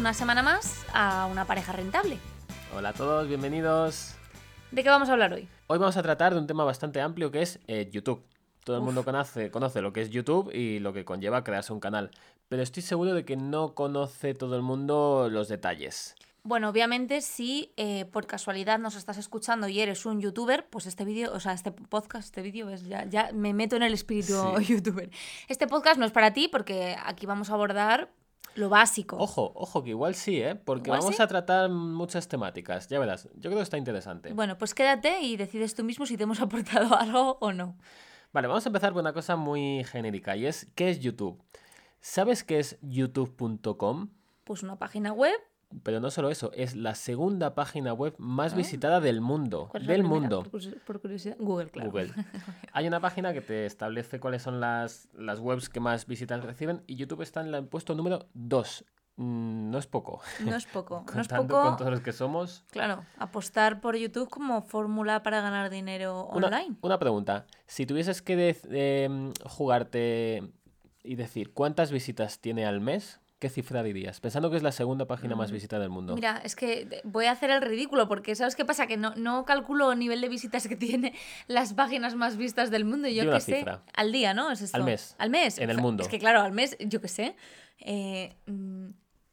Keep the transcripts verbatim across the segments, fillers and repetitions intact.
una semana más a Una pareja rentable. Hola a todos, bienvenidos. ¿De qué vamos a hablar hoy? Hoy vamos a tratar de un tema bastante amplio que es eh, YouTube. Todo el Uf. mundo conoce, conoce lo que es YouTube y lo que conlleva crearse un canal, pero estoy seguro de que no conoce todo el mundo los detalles. Bueno, obviamente si eh, por casualidad nos estás escuchando y eres un youtuber, pues este vídeo, o sea, este podcast, este vídeo, es ya, ya me meto en el espíritu Sí. youtuber. Este podcast no es para ti porque aquí vamos a abordar lo básico. Ojo, ojo, que igual sí, ¿eh? Porque ¿Igual vamos sí? a tratar muchas temáticas, ya verás. Yo creo que está interesante. Bueno, pues quédate y decides tú mismo si te hemos aportado algo o no. Vale, vamos a empezar por una cosa muy genérica y es, ¿qué es YouTube? ¿Sabes qué es youtube punto com? Pues una página web. Pero no solo eso, es la segunda página web más Ah. visitada del mundo. ¿Cuál es la Del primera? mundo. Por, curiosi- por curiosidad. Google, claro. Google. Hay una página que te establece cuáles son las, las webs que más visitas reciben y YouTube está en el puesto número dos. Mm, no es poco. No es poco. No es Contando poco. con todos los que somos. Claro, apostar por YouTube como fórmula para ganar dinero Una, online. una pregunta. Si tuvieses que de- eh, jugarte y decir cuántas visitas tiene al mes, ¿qué cifra dirías? Pensando que es la segunda página más visitada del mundo. Mira, es que voy a hacer el ridículo porque ¿sabes qué pasa? Que no, no calculo el nivel de visitas que tiene las páginas más vistas del mundo. Yo Di qué una sé. cifra. Al día, ¿no? Es esto. Al mes. Al mes. En el Fe- mundo. Es que claro, al mes, yo qué sé. Eh, mm,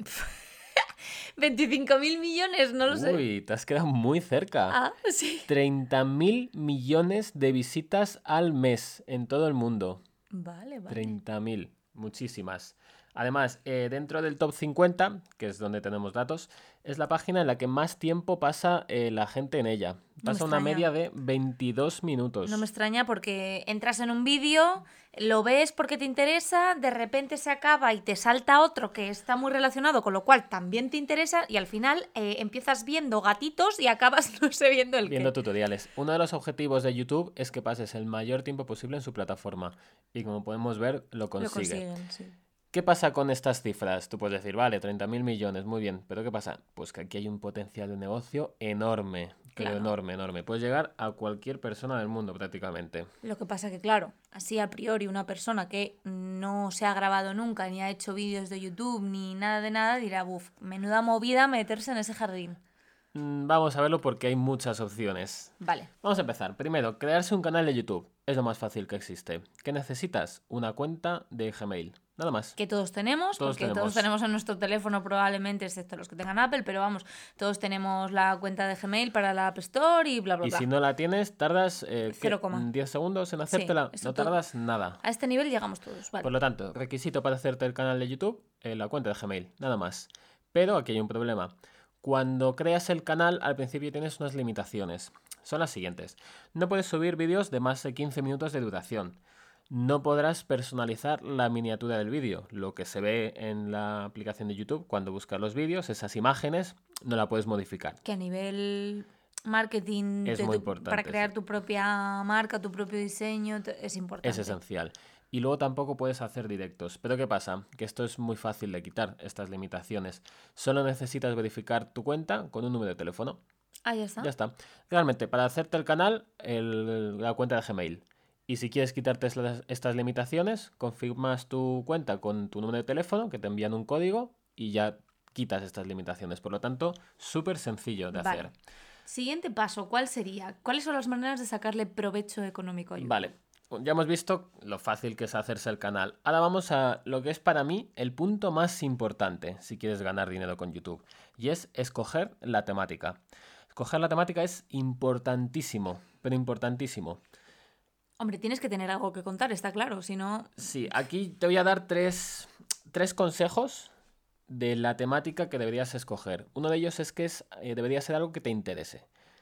veinticinco mil millones, no lo sé. Uy, te has quedado muy cerca. Ah, sí. treinta mil millones de visitas al mes en todo el mundo. Vale, vale. treinta mil, muchísimas. Además, eh, dentro del top cincuenta, que es donde tenemos datos, es la página en la que más tiempo pasa eh, la gente en ella. No me Pasa una extraña. media de veintidós minutos. No me extraña porque entras en un vídeo, lo ves porque te interesa, de repente se acaba y te salta otro que está muy relacionado, con lo cual también te interesa y al final eh, empiezas viendo gatitos y acabas no sé viendo el Viendo qué. tutoriales. Uno de los objetivos de YouTube es que pases el mayor tiempo posible en su plataforma. Y como podemos ver, lo Lo consigue. consiguen, sí. ¿Qué pasa con estas cifras? Tú puedes decir, vale, treinta mil millones, muy bien. ¿Pero qué pasa? Pues que aquí hay un potencial de negocio enorme. Pero Claro. enorme, enorme. Puedes llegar a cualquier persona del mundo prácticamente. Lo que pasa que, claro, así a priori una persona que no se ha grabado nunca, ni ha hecho vídeos de YouTube, ni nada de nada, dirá, buf, menuda movida meterse en ese jardín. Mm, Vamos a verlo porque hay muchas opciones. Vale. Vamos a empezar. Primero, crearse un canal de YouTube. Es lo más fácil que existe. ¿Qué necesitas? Una cuenta de Gmail. Nada más. Que todos tenemos, Todos porque tenemos. todos tenemos en nuestro teléfono probablemente, excepto los que tengan Apple, pero vamos, todos tenemos la cuenta de Gmail para la App Store y bla, bla, Y bla. si no la tienes, tardas eh, ¿qué? Cero coma. diez segundos en hacértela. eso no todo. tardas nada. A este nivel llegamos todos, vale. Por lo tanto, requisito para hacerte el canal de YouTube, eh, la cuenta de Gmail, nada más. Pero aquí hay un problema. Cuando creas el canal, al principio tienes unas limitaciones. Son las siguientes. No puedes subir vídeos de más de quince minutos de duración. No podrás personalizar la miniatura del vídeo. Lo que se ve en la aplicación de YouTube cuando buscas los vídeos, esas imágenes, no la puedes modificar. Que a nivel marketing, Es de muy tu- importante, para crear sí. tu propia marca, tu propio diseño, te- es importante. Es esencial. Y luego tampoco puedes hacer directos. Pero ¿qué pasa? Que esto es muy fácil de quitar, estas limitaciones. Solo necesitas verificar tu cuenta con un número de teléfono. Ah, ya está. Ya está. Realmente, para hacerte el canal, el- la cuenta de Gmail. Y si quieres quitarte estas, estas limitaciones, confirmas tu cuenta con tu número de teléfono, que te envían un código y ya quitas estas limitaciones. Por lo tanto, súper sencillo de Vale. hacer. Siguiente paso, ¿cuál sería? ¿Cuáles son las maneras de sacarle provecho económico a YouTube? Vale, ya hemos visto lo fácil que es hacerse el canal. Ahora vamos a lo que es para mí el punto más importante si quieres ganar dinero con YouTube. Y es escoger la temática. Escoger la temática es importantísimo, pero importantísimo. Hombre, tienes que tener algo que contar, está claro, si no... Sí, aquí te voy a dar tres, tres consejos de la temática que deberías escoger. Uno de ellos es que es, eh, debería ser algo que te interese.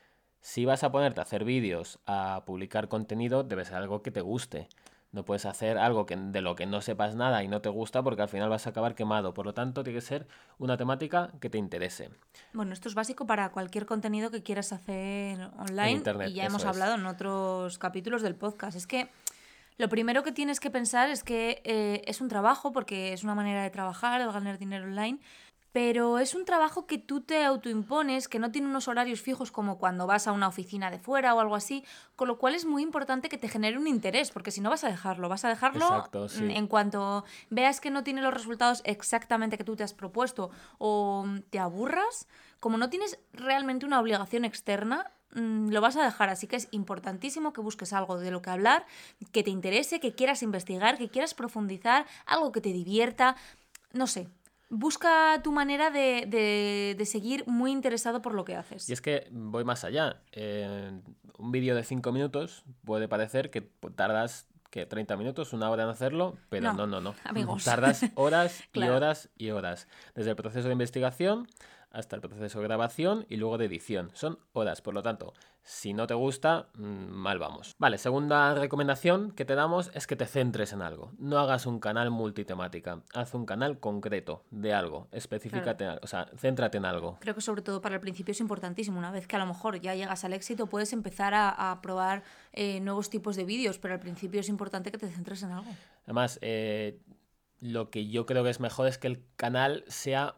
Si vas a ponerte a hacer vídeos, a publicar contenido, debe ser algo que te guste. No puedes hacer algo que, de lo que no sepas nada y no te gusta porque al final vas a acabar quemado. Por lo tanto, tiene que ser una temática que te interese. Bueno, esto es básico para cualquier contenido que quieras hacer online En internet, y ya eso hemos es. hablado en otros capítulos del podcast. Es que lo primero que tienes que pensar es que eh, es un trabajo porque es una manera de trabajar, de ganar dinero online pero es un trabajo que tú te autoimpones, que no tiene unos horarios fijos como cuando vas a una oficina de fuera o algo así, con lo cual es muy importante que te genere un interés, porque si no vas a dejarlo, vas a dejarlo Exacto, sí. en cuanto veas que no tiene los resultados exactamente que tú te has propuesto o te aburras, como no tienes realmente una obligación externa, lo vas a dejar, así que es importantísimo que busques algo de lo que hablar, que te interese, que quieras investigar, que quieras profundizar, algo que te divierta, no sé. Busca tu manera de, de, de seguir muy interesado por lo que haces. Y es que voy más allá. Eh, un vídeo de cinco minutos puede parecer que tardas que treinta minutos, una hora en hacerlo, pero no, no, no. no. Amigos. Tardas horas y Claro. horas y horas. Desde el proceso de investigación hasta el proceso de grabación y luego de edición. Son horas, por lo tanto, si no te gusta, mal vamos. Vale, segunda recomendación que te damos es que te centres en algo. No hagas un canal multitemática. Haz un canal concreto de algo. Específicate, claro. O sea, céntrate en algo. Creo que sobre todo para el principio es importantísimo. Una vez que a lo mejor ya llegas al éxito, puedes empezar a, a probar eh, nuevos tipos de vídeos, pero al principio es importante que te centres en algo. Además, eh, lo que yo creo que es mejor es que el canal sea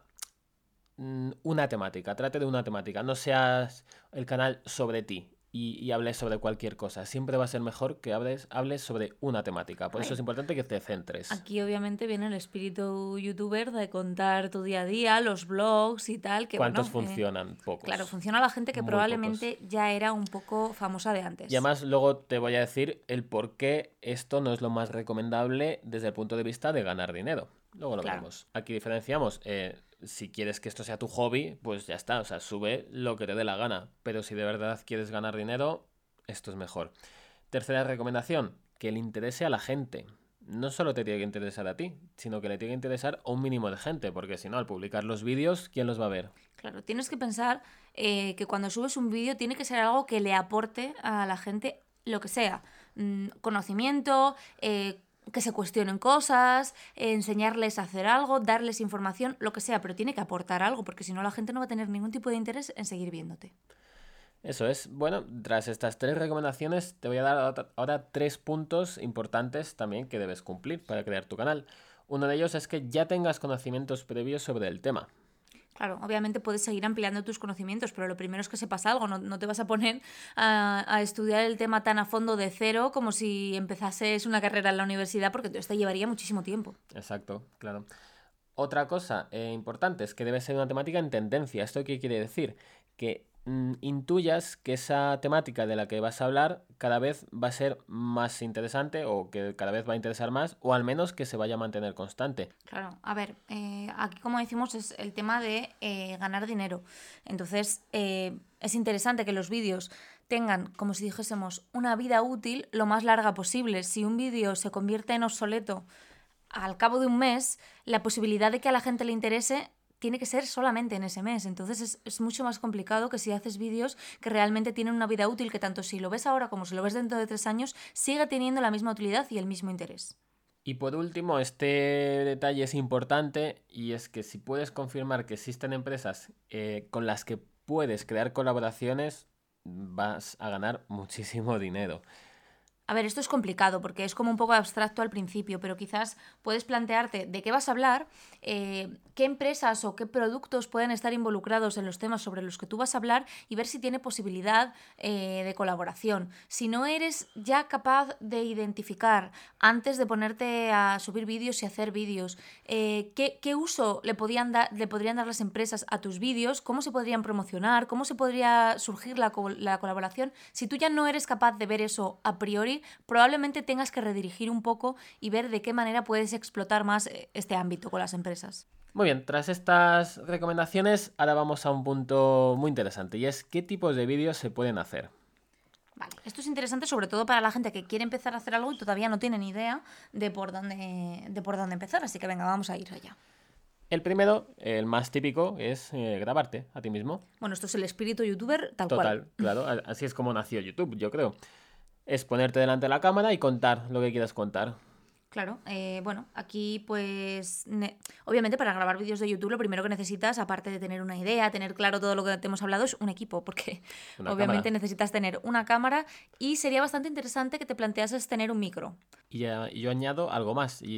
una temática, trate de una temática, no seas el canal sobre ti y, y hables sobre cualquier cosa, siempre va a ser mejor que hables, hables sobre una temática, por Ay. eso es importante que te centres. Aquí obviamente viene el espíritu youtuber de contar tu día a día, los blogs y tal. Que, ¿Cuántos bueno, funcionan? Eh, pocos. Claro, funciona la gente que Muy probablemente pocos. ya era un poco famosa de antes. Y además luego te voy a decir el por qué esto no es lo más recomendable desde el punto de vista de ganar dinero. Luego lo Claro. veremos. Aquí diferenciamos, eh, si quieres que esto sea tu hobby, pues ya está, o sea, sube lo que te dé la gana. Pero si de verdad quieres ganar dinero, esto es mejor. Tercera recomendación, que le interese a la gente. No solo te tiene que interesar a ti, sino que le tiene que interesar a un mínimo de gente, porque si no, al publicar los vídeos, ¿quién los va a ver? Claro, tienes que pensar eh, que cuando subes un vídeo tiene que ser algo que le aporte a la gente lo que sea. Mm, conocimiento, eh, que se cuestionen cosas, eh, enseñarles a hacer algo, darles información, lo que sea, pero tiene que aportar algo, porque si no la gente no va a tener ningún tipo de interés en seguir viéndote. Eso es. Bueno, tras estas tres recomendaciones, te voy a dar ahora tres puntos importantes también que debes cumplir para crear tu canal. Uno de ellos es que ya tengas conocimientos previos sobre el tema. Claro, obviamente puedes seguir ampliando tus conocimientos, pero lo primero es que sepas algo, no, no te vas a poner a, a estudiar el tema tan a fondo de cero como si empezases una carrera en la universidad, porque esto te llevaría muchísimo tiempo. Exacto, claro. Otra cosa eh, importante es que debe ser una temática en tendencia. ¿Esto qué quiere decir? Que mm, intuyas que esa temática de la que vas a hablar cada vez va a ser más interesante o que cada vez va a interesar más, o al menos que se vaya a mantener constante. Claro, a ver, eh, aquí como decimos es el tema de eh, ganar dinero. Entonces eh, es interesante que los vídeos tengan, como si dijésemos, una vida útil lo más larga posible. Si un vídeo se convierte en obsoleto al cabo de un mes, la posibilidad de que a la gente le interese tiene que ser solamente en ese mes. Entonces es, es mucho más complicado que si haces vídeos que realmente tienen una vida útil, que tanto si lo ves ahora como si lo ves dentro de tres años, siga teniendo la misma utilidad y el mismo interés. Y por último, este detalle es importante, y es que si puedes confirmar que existen empresas eh, con las que puedes crear colaboraciones, vas a ganar muchísimo dinero. A ver, esto es complicado porque es como un poco abstracto al principio, pero quizás puedes plantearte de qué vas a hablar, eh, qué empresas o qué productos pueden estar involucrados en los temas sobre los que tú vas a hablar y ver si tiene posibilidad eh, de colaboración. Si no eres ya capaz de identificar antes de ponerte a subir vídeos y hacer vídeos, eh, ¿qué, qué uso le, podían da- le podrían dar las empresas a tus vídeos, cómo se podrían promocionar, cómo se podría surgir la, co- la colaboración, si tú ya no eres capaz de ver eso a priori, probablemente tengas que redirigir un poco y ver de qué manera puedes explotar más este ámbito con las empresas. Muy bien, tras estas recomendaciones, ahora vamos a un punto muy interesante, y es qué tipos de vídeos se pueden hacer. Vale, esto es interesante sobre todo para la gente que quiere empezar a hacer algo y todavía no tiene ni idea de por dónde, de por dónde empezar, así que venga, vamos a ir allá. El primero, el más típico, es eh, grabarte a ti mismo. Bueno, esto es el espíritu youtuber tal Total, cual. claro, así es como nació YouTube, yo creo. Es ponerte delante de la cámara y contar lo que quieras contar. Claro, eh, bueno, aquí pues ne- obviamente para grabar vídeos de YouTube lo primero que necesitas, aparte de tener una idea, tener claro todo lo que te hemos hablado, es un equipo, porque Una obviamente cámara. necesitas tener una cámara y sería bastante interesante que te planteases tener un micro. Y, eh, y yo añado algo más, y es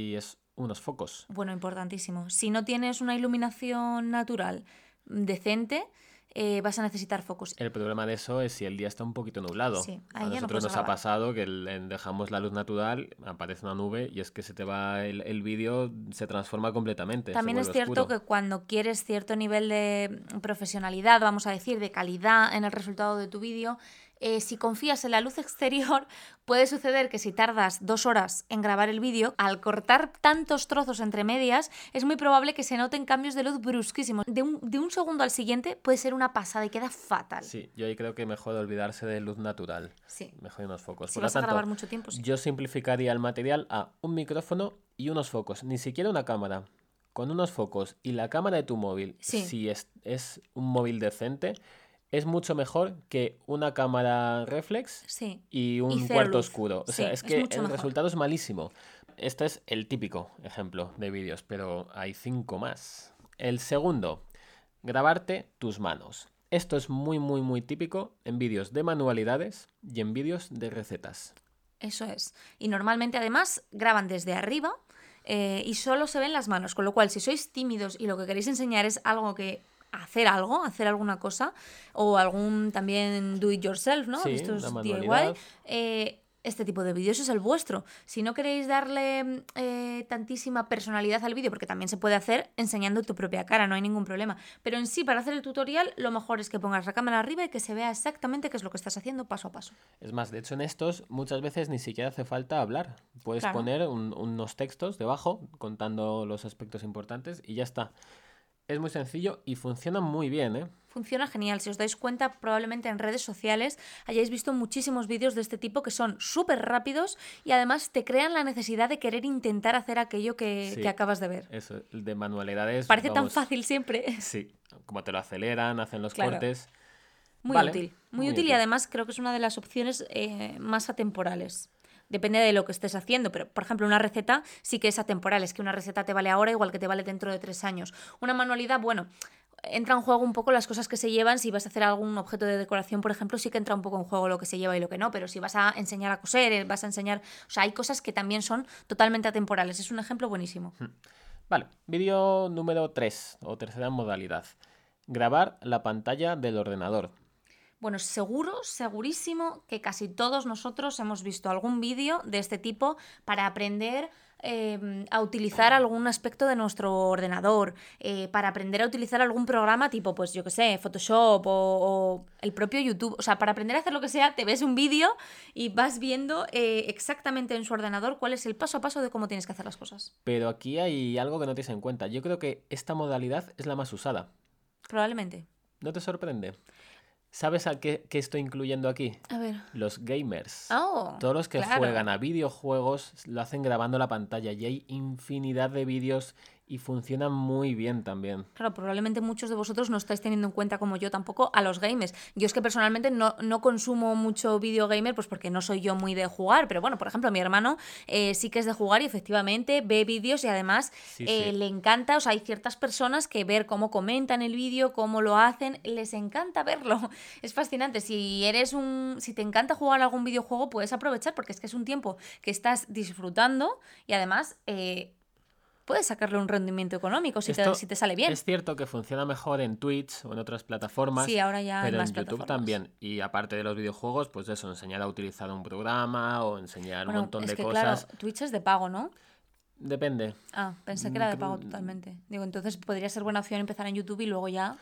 unos focos. Bueno, importantísimo. Si no tienes una iluminación natural decente, eh, vas a necesitar focos. El problema de eso es si el día está un poquito nublado. Sí, A ahí ya no nosotros puedes nos ha grabar. pasado que el- en- dejamos la luz natural, aparece una nube y es que se te va el, el vídeo, se transforma completamente. También se es vuelve cierto oscuro. que cuando quieres cierto nivel de profesionalidad, vamos a decir, de calidad en el resultado de tu vídeo, eh, si confías en la luz exterior, puede suceder que si tardas dos horas en grabar el vídeo, al cortar tantos trozos entre medias, es muy probable que se noten cambios de luz brusquísimos. De un, de un segundo al siguiente puede ser una pasada y queda fatal. Sí, yo ahí creo que mejor olvidarse de luz natural. Sí. Mejor unos focos. Si Por lo vas a tanto, grabar mucho tiempo, sí. yo simplificaría el material a un micrófono y unos focos. Ni siquiera una cámara. Con unos focos y la cámara de tu móvil, Sí. si es, es un móvil decente, es mucho mejor que una cámara reflex Sí. y un Y cero cuarto luz. oscuro. O Sí, sea, es es que mucho el mejor. resultado es malísimo. Este es el típico ejemplo de vídeos, pero hay cinco más. El segundo, grabarte tus manos. Esto es muy, muy, muy típico en vídeos de manualidades y en vídeos de recetas. Eso es. Y normalmente además graban desde arriba eh, y solo se ven las manos, con lo cual si sois tímidos y lo que queréis enseñar es algo que hacer algo, hacer alguna cosa o algún también do it yourself, ¿no? Sí, Estos una D I Y, manualidad. eh, este tipo de vídeos es el vuestro. Si no queréis darle eh, tantísima personalidad al vídeo, porque también se puede hacer enseñando tu propia cara, no hay ningún problema. Pero en sí, para hacer el tutorial, lo mejor es que pongas la cámara arriba y que se vea exactamente qué es lo que estás haciendo paso a paso. Es más, de hecho en estos muchas veces ni siquiera hace falta hablar. Puedes Claro. poner un- unos textos debajo contando los aspectos importantes y ya está. Es muy sencillo y funciona muy bien, ¿eh? Funciona genial. Si os dais cuenta, probablemente en redes sociales hayáis visto muchísimos vídeos de este tipo que son súper rápidos y además te crean la necesidad de querer intentar hacer aquello que, Sí. que acabas de ver. Eso, el de manualidades. Parece vamos, tan fácil siempre. Sí, como te lo aceleran, hacen los Claro. cortes. Muy Vale, útil. Muy, muy útil y útil. además creo que es una de las opciones eh, más atemporales. Depende de lo que estés haciendo, pero por ejemplo una receta sí que es atemporal, es que una receta te vale ahora igual que te vale dentro de tres años. Una manualidad, bueno, entra en juego un poco las cosas que se llevan. Si vas a hacer algún objeto de decoración, por ejemplo, sí que entra un poco en juego lo que se lleva y lo que no, pero si vas a enseñar a coser, eh, vas a enseñar... O sea, hay cosas que también son totalmente atemporales. Es un ejemplo buenísimo. Vale, vídeo número tres o tercera modalidad. Grabar la pantalla del ordenador. Bueno, seguro, segurísimo que casi todos nosotros hemos visto algún vídeo de este tipo para aprender eh, a utilizar algún aspecto de nuestro ordenador, eh, para aprender a utilizar algún programa tipo, pues yo qué sé, Photoshop o, o el propio YouTube. O sea, para aprender a hacer lo que sea, te ves un vídeo y vas viendo eh, exactamente en su ordenador cuál es el paso a paso de cómo tienes que hacer las cosas. Pero aquí hay algo que no tienes en cuenta. Yo creo que esta modalidad es la más usada. Probablemente. ¿No te sorprende? ¿Sabes a qué, qué estoy incluyendo aquí? A ver. Los gamers. Oh, Todos los que claro. juegan a videojuegos lo hacen grabando la pantalla y hay infinidad de vídeos y funcionan muy bien también. Claro, probablemente muchos de vosotros no estáis teniendo en cuenta, como yo tampoco, a los gamers. Yo es que personalmente no, no consumo mucho video gamer, pues porque no soy yo muy de jugar, pero bueno, por ejemplo, mi hermano eh, sí que es de jugar y efectivamente ve vídeos y además Sí, eh, sí. le encanta, o sea, hay ciertas personas que ver cómo comentan el vídeo, cómo lo hacen, les encanta verlo. Es fascinante. Si eres un, si te encanta jugar a algún videojuego, puedes aprovechar porque es que es un tiempo que estás disfrutando y además... Eh, puedes sacarle un rendimiento económico si, te, Esto si te sale bien. Es cierto que funciona mejor en Twitch o en otras plataformas, Sí, ahora ya hay pero más en YouTube plataformas. también. Y aparte de los videojuegos, pues eso, enseñar a utilizar un programa o enseñar Bueno, un montón es de que cosas. claro, Twitch es de pago, ¿no? Depende. Ah, pensé que era de Mm, pago cre- totalmente. Digo, entonces podría ser buena opción empezar en YouTube y luego ya...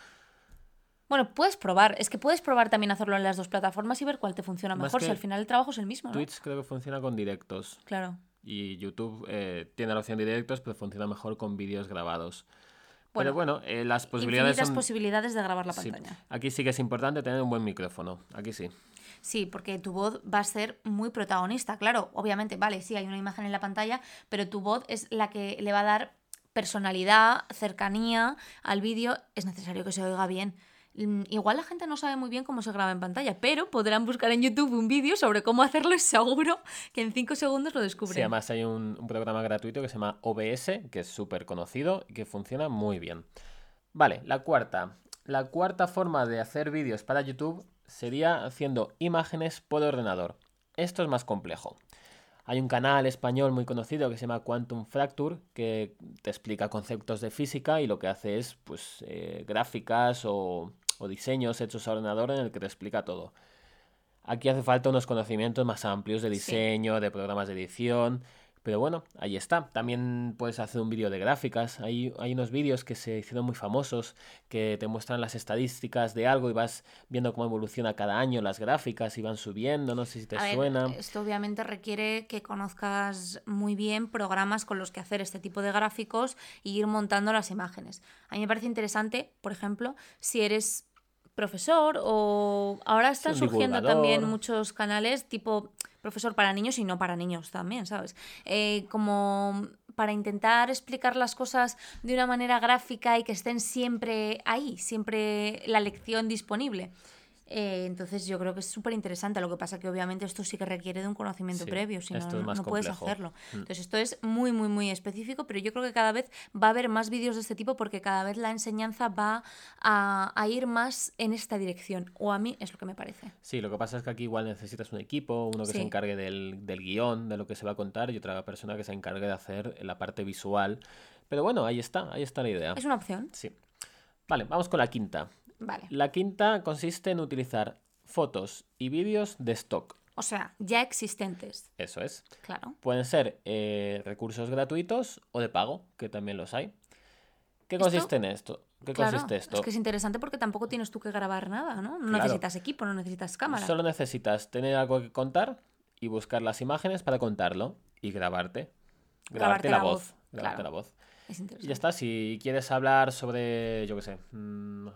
Bueno, puedes probar. Es que puedes probar también hacerlo en las dos plataformas y ver cuál te funciona Más mejor. Si que al final el trabajo es el mismo, ¿no? Twitch creo que funciona con directos. Claro. Y YouTube eh, tiene la opción de directos, pero funciona mejor con vídeos grabados. Bueno, pero bueno, eh, las posibilidades Infinitas son... posibilidades de grabar la Sí, pantalla. aquí sí que es importante tener un buen micrófono. Aquí sí. Sí, porque tu voz va a ser muy protagonista. Claro, obviamente, vale, sí, hay una imagen en la pantalla, pero tu voz es la que le va a dar personalidad, cercanía al vídeo. Es necesario que se oiga bien. Mm, Igual la gente no sabe muy bien cómo se graba en pantalla, pero podrán buscar en YouTube un vídeo sobre cómo hacerlo y seguro que en cinco segundos lo descubren. Sí, además hay un, un programa gratuito que se llama O B S, que es súper conocido y que funciona muy bien. Vale, la cuarta. La cuarta forma de hacer vídeos para YouTube sería haciendo imágenes por ordenador. Esto es más complejo. Hay un canal español muy conocido que se llama Quantum Fracture, que te explica conceptos de física y lo que hace es pues eh, gráficas o, o diseños hechos a ordenador en el que te explica todo. Aquí hace falta unos conocimientos más amplios de Sí. diseño, de programas de edición. Pero bueno, ahí está. También puedes hacer un vídeo de gráficas. Hay, hay unos vídeos que se hicieron muy famosos que te muestran las estadísticas de algo y vas viendo cómo evoluciona cada año las gráficas y van subiendo. No sé si te A ver, suena. esto obviamente requiere que conozcas muy bien programas con los que hacer este tipo de gráficos y ir montando las imágenes. A mí me parece interesante, por ejemplo, si eres profesor o ahora están un surgiendo también divulgador. muchos canales tipo profesor para niños y no para niños también, ¿sabes? Eh, como para intentar explicar las cosas de una manera gráfica y que estén siempre ahí, siempre la lección disponible. Eh, entonces yo creo que es súper interesante. Lo que pasa que obviamente esto sí que requiere de un conocimiento Sí, previo, si no, esto es no, más no puedes complejo. hacerlo. Mm. Entonces esto es muy, muy, muy específico, pero yo creo que cada vez va a haber más vídeos de este tipo porque cada vez la enseñanza va a, a ir más en esta dirección. O a mí es lo que me parece. Sí, lo que pasa es que aquí igual necesitas un equipo, uno que se Sí. encargue del, del guión, de lo que se va a contar, y otra persona que se encargue de hacer la parte visual. Pero bueno, ahí está, ahí está la idea. Es una opción. Sí. Vale, vamos con la quinta. Vale. La quinta consiste en utilizar fotos y vídeos de stock. O sea, ya existentes. Eso es. Claro. Pueden ser eh, recursos gratuitos o de pago, que también los hay. ¿Qué Esto- consiste en esto? ¿Qué Claro, consiste esto? es que es interesante porque tampoco tienes tú que grabar nada, ¿no? No Claro. necesitas equipo, no necesitas cámara. Solo necesitas tener algo que contar y buscar las imágenes para contarlo y grabarte. Grabarte, Grabarte la, la voz. voz, Grabarte claro. la voz. Es Y interesante. ya está. Si quieres hablar sobre, yo qué sé, mm,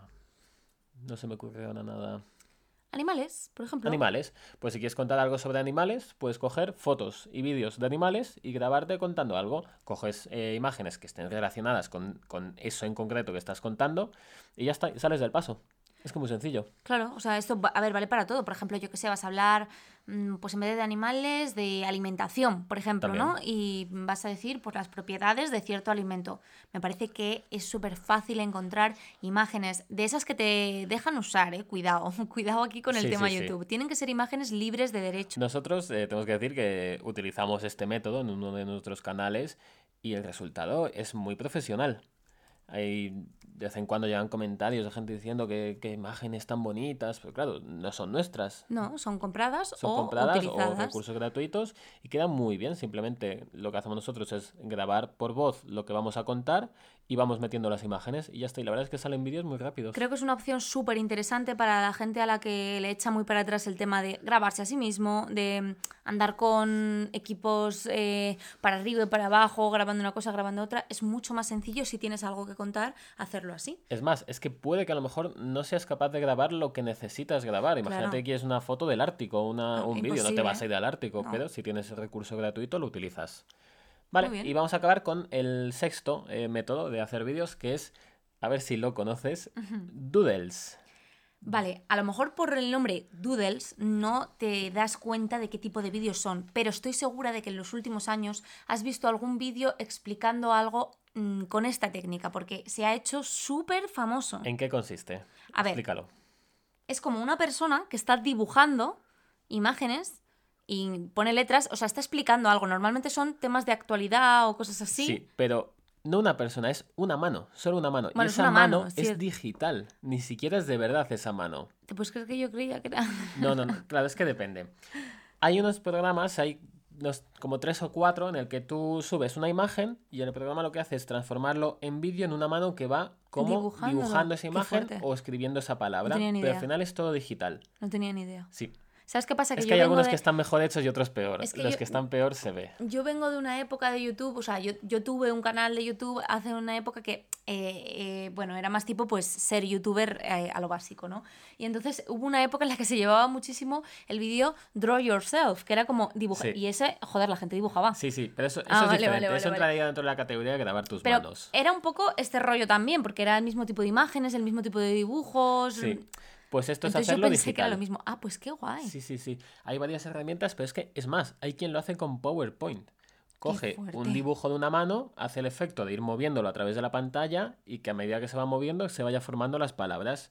no se me ocurre ahora nada. Animales, por ejemplo. Animales. Pues si quieres contar algo sobre animales, puedes coger fotos y vídeos de animales y grabarte contando algo. Coges eh, imágenes que estén relacionadas con, con eso en concreto que estás contando y ya está, y sales del paso. Es que muy sencillo. Claro, o sea, esto, va- a ver, vale para todo. Por ejemplo, yo que sé, vas a hablar, mm, pues en vez de animales, de alimentación, por ejemplo, También. ¿no? Y vas a decir, pues las propiedades de cierto alimento. Me parece que es súper fácil encontrar imágenes de esas que te dejan usar, ¿eh? Cuidado, cuidado aquí con el Sí, tema sí, sí. YouTube. Tienen que ser imágenes libres de derecho. Nosotros eh, tenemos que decir que utilizamos este método en uno de nuestros canales y el resultado es muy profesional. Hay, de vez en cuando llegan comentarios de gente diciendo que, que imágenes tan bonitas, pero claro, no son nuestras. No, son compradas Son o compradas utilizadas. o recursos gratuitos y quedan muy bien. Simplemente lo que hacemos nosotros es grabar por voz lo que vamos a contar y vamos metiendo las imágenes y ya está. Y la verdad es que salen vídeos muy rápidos. Creo que es una opción súper interesante para la gente a la que le echa muy para atrás el tema de grabarse a sí mismo, de andar con equipos eh, para arriba y para abajo, grabando una cosa, grabando otra. Es mucho más sencillo si tienes algo que contar, hacerlo así. Es más, es que puede que a lo mejor no seas capaz de grabar lo que necesitas grabar. Imagínate Claro. que quieres una foto del Ártico, una, No, un vídeo, no te imposible. vas a ir al Ártico, No. pero si tienes el recurso gratuito lo utilizas. Vale, Muy bien. y vamos a acabar con el sexto eh, método de hacer vídeos, que es, a ver si lo conoces, Doodles. Vale, a lo mejor por el nombre Doodles no te das cuenta de qué tipo de vídeos son, pero estoy segura de que en los últimos años has visto algún vídeo explicando algo mm, con esta técnica, porque se ha hecho súper famoso. ¿En qué consiste? A ver. Explícalo. Es como una persona que está dibujando imágenes y pone letras, o sea, está explicando algo. Normalmente son temas de actualidad o cosas así. Sí, pero no una persona, es una mano, solo una mano. Bueno, y es esa una mano, mano sí. es digital, ni siquiera es de verdad esa mano. ¿Te puedes creer que yo creía que era...? No, no, no, claro, es que depende. Hay unos programas, hay unos, como tres o cuatro, en el que tú subes una imagen y el programa lo que hace es transformarlo en vídeo en una mano que va como Dibujándolo. dibujando esa Qué imagen fuerte. o escribiendo esa palabra. No tenía ni Pero idea. al final es todo digital. No tenía ni idea. Sí. ¿Sabes qué pasa? Que Es yo que hay vengo algunos de... que están mejor hechos y otros peor. Es que Los yo- que están peor se ve. Yo vengo de una época de YouTube, o sea, yo, yo tuve un canal de YouTube hace una época que, eh, eh, bueno, era más tipo, pues, ser youtuber eh, a lo básico, ¿no? Y entonces hubo una época en la que se llevaba muchísimo el vídeo Draw Yourself, que era como dibujar. Sí. Y ese, joder, la gente dibujaba. Sí, sí, pero eso, eso Ah, es vale, diferente. vale, vale, eso vale. entraría dentro de la categoría de grabar tus Pero manos. era un poco este rollo también, porque era el mismo tipo de imágenes, el mismo tipo de dibujos. Sí. Pues esto es Entonces yo hacerlo pensé digital. que era lo mismo. Ah, pues qué guay. Sí, sí, sí. Hay varias herramientas, pero es que, es más, hay quien lo hace con PowerPoint. Coge fuerte. un dibujo de una mano, hace el efecto de ir moviéndolo a través de la pantalla y que a medida que se va moviendo se vaya formando las palabras.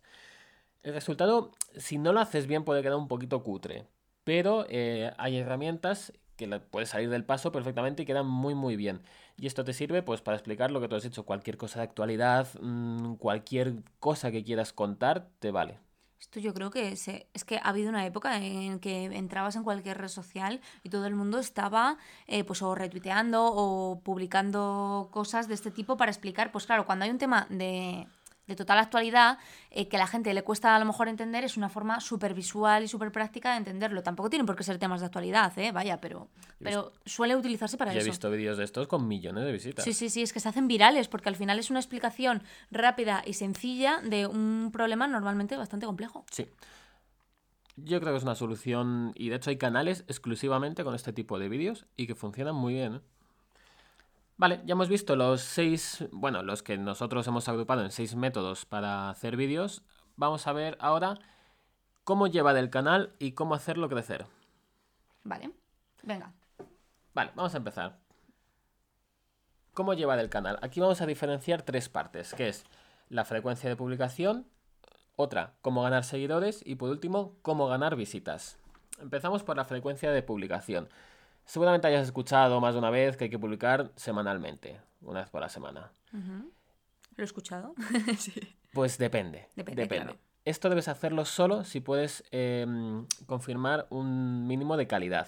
El resultado, si no lo haces bien, puede quedar un poquito cutre, pero eh, hay herramientas que la- puedes salir del paso perfectamente y quedan muy muy bien. Y esto te sirve pues para explicar lo que tú has dicho, cualquier cosa de actualidad, mm, cualquier cosa que quieras contar, te vale. Esto yo creo que se- es que ha habido una época en que entrabas en cualquier red social y todo el mundo estaba eh, pues o retuiteando o publicando cosas de este tipo para explicar, pues claro, cuando hay un tema de, de total actualidad eh, que a la gente le cuesta a lo mejor entender, es una forma súper visual y súper práctica de entenderlo. Tampoco tienen por qué ser temas de actualidad, ¿eh? Vaya, pero, He vis- pero suele utilizarse para Yo he eso. visto vídeos de estos con millones de Sí, visitas. sí, sí, es que se hacen virales porque al final es una explicación rápida y sencilla de un problema normalmente bastante complejo. Sí. Yo creo que es una solución y de hecho hay canales exclusivamente con este tipo de vídeos y que funcionan muy bien, ¿eh? Vale, ya hemos visto los seis, bueno, los que nosotros hemos agrupado en seis métodos para hacer vídeos. Vamos a ver ahora cómo llevar el canal y cómo hacerlo crecer. Vale, venga. Vale, vamos a empezar. ¿Cómo llevar el canal? Aquí vamos a diferenciar tres partes, que es la frecuencia de publicación, otra, cómo ganar seguidores y por último, cómo ganar visitas. Empezamos por la frecuencia de publicación. Seguramente hayas escuchado más de una vez que hay que publicar semanalmente, una vez por la semana. Ujú. ¿Lo he escuchado? Sí. Pues depende. Depende, claro. Esto debes hacerlo solo si puedes eh, confirmar un mínimo de calidad.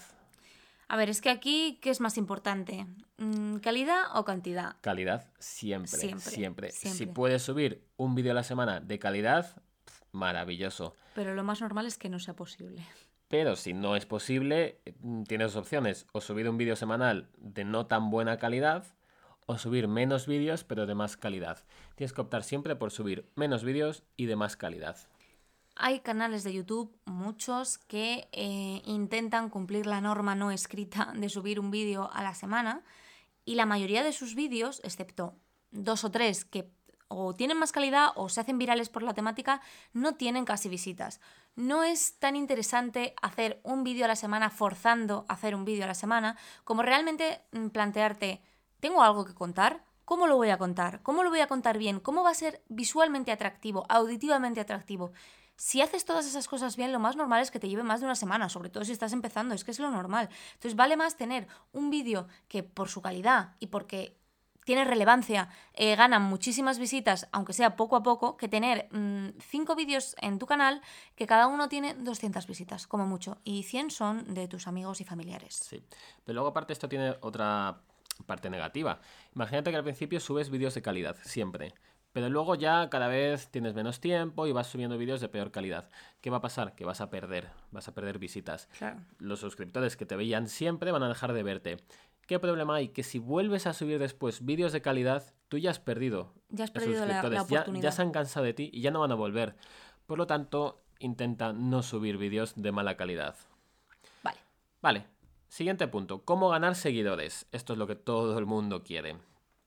A ver, es que aquí, ¿qué es más importante? Mm, ¿Calidad o cantidad? Calidad siempre, Siempre, siempre. Si siempre. puedes subir un vídeo a la semana de calidad, pf, maravilloso. Pero lo más normal es que no sea posible. Pero si no es posible, mm, tienes dos opciones. O subir un vídeo semanal de no tan buena calidad, o subir menos vídeos pero de más calidad. Tienes que optar siempre por subir menos vídeos y de más calidad. Hay canales de YouTube, muchos, que eh, intentan cumplir la norma no escrita de subir un vídeo a la semana y la mayoría de sus vídeos, excepto dos o tres que o tienen más calidad o se hacen virales por la temática, no tienen casi visitas. No es tan interesante hacer un vídeo a la semana forzando a hacer un vídeo a la semana como realmente mm, plantearte, ¿tengo algo que contar? ¿Cómo lo voy a contar? ¿Cómo lo voy a contar bien? ¿Cómo va a ser visualmente atractivo, auditivamente atractivo? Si haces todas esas cosas bien, lo más normal es que te lleve más de una semana, sobre todo si estás empezando, es que es lo normal. Entonces vale más tener un vídeo que por su calidad y porque tiene relevancia, eh, gana muchísimas visitas, aunque sea poco a poco, que tener mmm, cinco vídeos en tu canal que cada uno tiene doscientas visitas, como mucho, y cien son de tus amigos y familiares. Sí, pero luego aparte esto tiene otra parte negativa. Imagínate que al principio subes vídeos de calidad, siempre. Pero luego ya cada vez tienes menos tiempo y vas subiendo vídeos de peor calidad. ¿Qué va a pasar? Que vas a perder, vas a perder visitas. Claro. Los suscriptores que te veían siempre van a dejar de verte. ¿Qué problema hay? Que si vuelves a subir después vídeos de calidad, tú ya has perdido. Ya has esos perdido la, la suscriptores. Ya, oportunidad. ya se han cansado de ti y ya no van a volver. Por lo tanto, intenta no subir vídeos de mala calidad. Vale. Vale. Siguiente punto. ¿Cómo ganar seguidores? Esto es lo que todo el mundo quiere.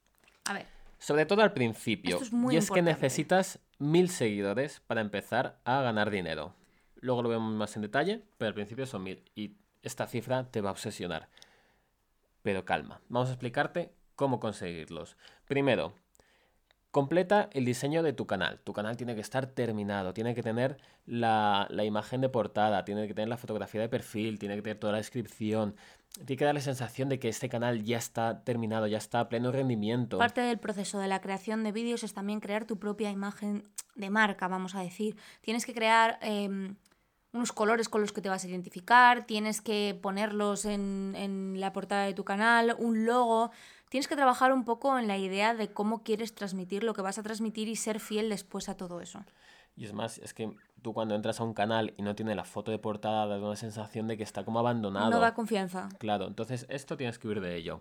A ver. Sobre todo al principio. Esto es muy y es que importante. necesitas mil seguidores para empezar a ganar dinero. Luego lo vemos más en detalle, pero al principio son mil. Y esta cifra te va a obsesionar. Pero calma, vamos a explicarte cómo conseguirlos. Primero, completa el diseño de tu canal. Tu canal tiene que estar terminado, tiene que tener la, la imagen de portada, tiene que tener la fotografía de perfil, tiene que tener toda la descripción. Tiene que dar la sensación de que este canal ya está terminado, ya está a pleno rendimiento. Parte del proceso de la creación de vídeos es también crear tu propia imagen de marca, vamos a decir. Tienes que crear eh, unos colores con los que te vas a identificar, tienes que ponerlos en, en la portada de tu canal, un logo. Tienes que trabajar un poco en la idea de cómo quieres transmitir lo que vas a transmitir y ser fiel después a todo eso. Y es más, es que tú cuando entras a un canal y no tiene la foto de portada, da una sensación de que está como abandonado. No da confianza. Claro, entonces esto tienes que huir de ello.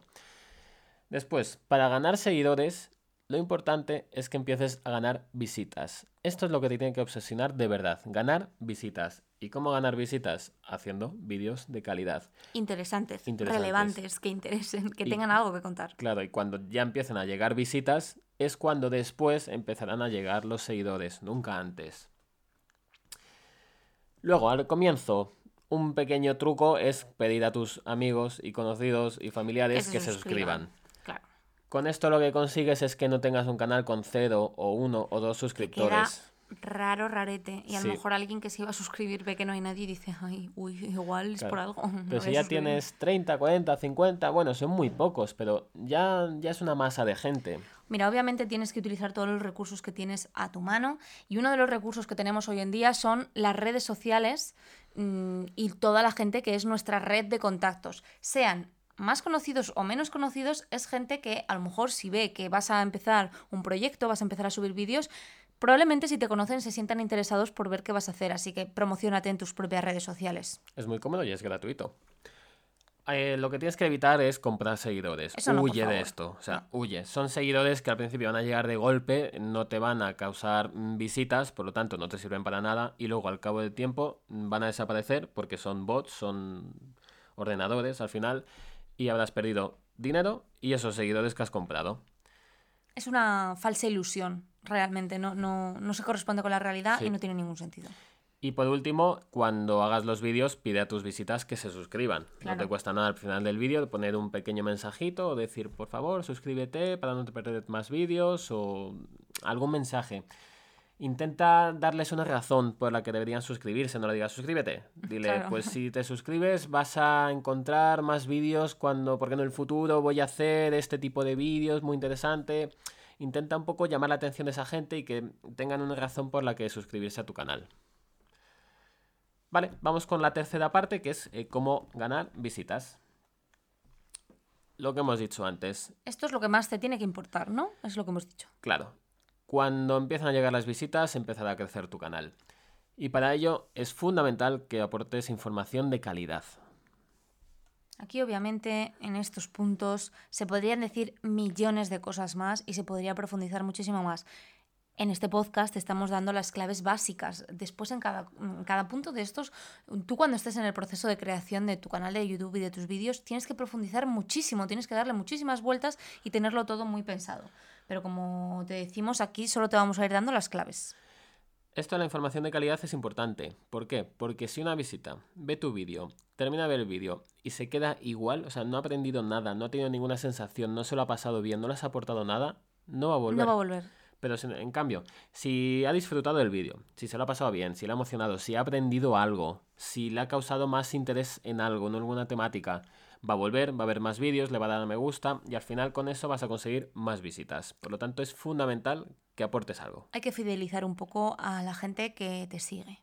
Después, para ganar seguidores, lo importante es que empieces a ganar visitas. Esto es lo que te tiene que obsesionar de verdad, ganar visitas. ¿Y cómo ganar visitas? Haciendo vídeos de calidad. Interesantes, Interesantes. relevantes, que interesen, que Y- tengan algo que contar. Claro, y cuando ya empiecen a llegar visitas, es cuando después empezarán a llegar los seguidores, nunca antes. Luego, al comienzo, un pequeño truco es pedir a tus amigos y conocidos y familiares que se suscriban. Claro. Con esto lo que consigues es que no tengas un canal con cero o uno o dos suscriptores. Queda raro, rarete. Y a Sí. lo mejor alguien que se iba a suscribir ve que no hay nadie y dice, ay, uy, igual es Claro. por algo. me Pero voy si a ya suscribir". tienes treinta, cuarenta, cincuenta, bueno, son muy pocos, pero ya, ya es una masa de gente. Mira, obviamente tienes que utilizar todos los recursos que tienes a tu mano y uno de los recursos que tenemos hoy en día son las redes sociales mmm, y toda la gente que es nuestra red de contactos. Sean más conocidos o menos conocidos, es gente que a lo mejor si ve que vas a empezar un proyecto, vas a empezar a subir vídeos, probablemente si te conocen se sientan interesados por ver qué vas a hacer, así que promociónate en tus propias redes sociales. Es muy cómodo y es gratuito. Eh, lo que tienes que evitar es comprar seguidores. Eso no, por Huye de favor. esto. O sea, huye. Son seguidores que al principio van a llegar de golpe, no te van a causar mm, visitas, por lo tanto no te sirven para nada y luego al cabo del tiempo mm, van a desaparecer porque son bots, son ordenadores al final y habrás perdido dinero y esos seguidores que has comprado. Es una falsa ilusión, realmente, no, no, no se corresponde con la realidad Sí. y no tiene ningún sentido. Y por último, cuando hagas los vídeos, pide a tus visitas que se suscriban. Claro. No te cuesta nada al final del vídeo poner un pequeño mensajito o decir, por favor, suscríbete para no te perder más vídeos o algún mensaje. Intenta darles una razón por la que deberían suscribirse, no le digas suscríbete. Dile, Claro. pues si te suscribes vas a encontrar más vídeos cuando, porque en el futuro voy a hacer este tipo de vídeos muy interesante. Intenta un poco llamar la atención de esa gente y que tengan una razón por la que suscribirse a tu canal. Vale, vamos con la tercera parte, que es eh, cómo ganar visitas. Lo que hemos dicho antes, Esto es lo que más te tiene que importar, ¿no? Es lo que hemos dicho. claro. Cuando empiezan a llegar las visitas, empezará a crecer tu canal. Y para ello es fundamental que aportes información de calidad. Aquí, obviamente, en estos puntos se podrían decir millones de cosas más y se podría profundizar muchísimo más. En este podcast te estamos dando las claves básicas. Después, en cada, en cada punto de estos, tú cuando estés en el proceso de creación de tu canal de YouTube y de tus vídeos, tienes que profundizar muchísimo, tienes que darle muchísimas vueltas y tenerlo todo muy pensado. Pero como te decimos, aquí solo te vamos a ir dando las claves. Esto de la información de calidad es importante. ¿Por qué? Porque si una visita ve tu vídeo, termina de ver el vídeo y se queda igual, o sea, no ha aprendido nada, no ha tenido ninguna sensación, no se lo ha pasado bien, no le has aportado nada, no va a volver. No va a volver. Pero si- en cambio, si ha disfrutado del vídeo, si se lo ha pasado bien, si le ha emocionado, si ha aprendido algo, si le ha causado más interés en algo, en alguna temática, va a volver, va a ver más vídeos, le va a dar a me gusta y al final con eso vas a conseguir más visitas. Por lo tanto, es fundamental que aportes algo. Hay que fidelizar un poco a la gente que te sigue.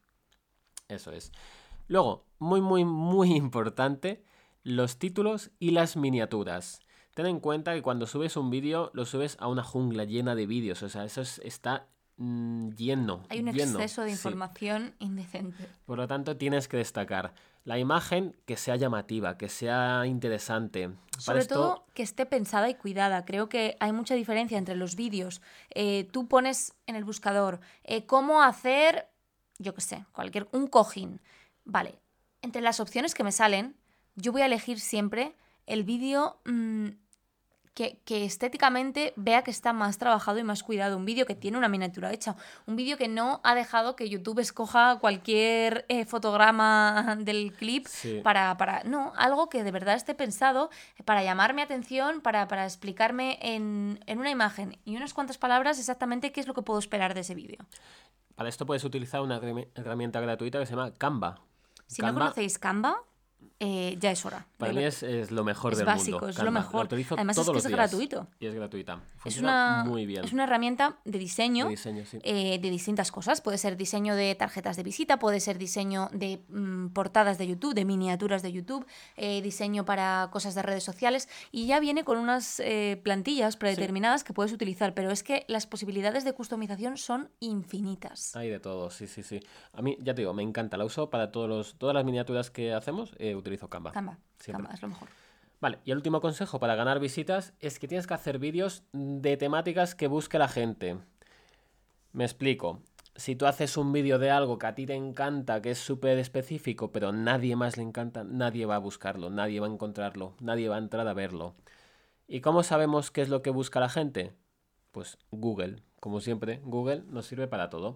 Eso es. Luego, muy, muy, muy importante, los títulos y las miniaturas. Ten en cuenta que cuando subes un vídeo, lo subes a una jungla llena de vídeos. O sea, eso es- está mm, lleno. Hay un lleno. exceso de Sí. información indecente. Por lo tanto, tienes que destacar la imagen que sea llamativa, que sea interesante. Para Sobre esto, todo que esté pensada y cuidada. Creo que hay mucha diferencia entre los vídeos. Eh, tú pones en el buscador eh, cómo hacer, yo qué sé, cualquier, un cojín. Vale, entre las opciones que me salen, yo voy a elegir siempre el vídeo mm, que, que estéticamente vea que está más trabajado y más cuidado. Un vídeo que tiene una miniatura hecha. Un vídeo que no ha dejado que YouTube escoja cualquier eh, fotograma del clip Sí. para, para... No, algo que de verdad esté pensado para llamar mi atención, para, para explicarme en, en una imagen y unas cuantas palabras exactamente qué es lo que puedo esperar de ese vídeo. para esto puedes utilizar una herrami- herramienta gratuita que se llama Canva. Si no Canva, conocéis Canva, eh, ya es hora. para De mí lo- es, es lo mejor es del básico, mundo. es lo Canva. mejor. Lo utilizo Además todos es que los es días. gratuito. Y es gratuita. Es Funciona una, muy bien. es una herramienta de diseño, De diseño, sí. eh, de distintas cosas. Puede ser diseño de tarjetas de visita, puede ser diseño de mm, portadas de YouTube, de miniaturas de YouTube, eh, diseño para cosas de redes sociales y ya viene con unas eh, plantillas predeterminadas que puedes utilizar, pero es que las posibilidades de customización son infinitas. Hay de todo, sí, sí, sí. A mí, ya te digo, me encanta. La uso para todos los, todas las miniaturas que hacemos, eh, utilizo Canva. Canva, Siempre. Canva es lo mejor. Vale, y el último consejo para ganar visitas es que tienes que hacer vídeos de temáticas que busque la gente. Me explico. Si tú haces un vídeo de algo que a ti te encanta, que es súper específico, pero nadie más le encanta, nadie va a buscarlo, nadie va a encontrarlo, nadie va a entrar a verlo. ¿Y cómo sabemos qué es lo que busca la gente? Pues Google. Como siempre, Google nos sirve para todo.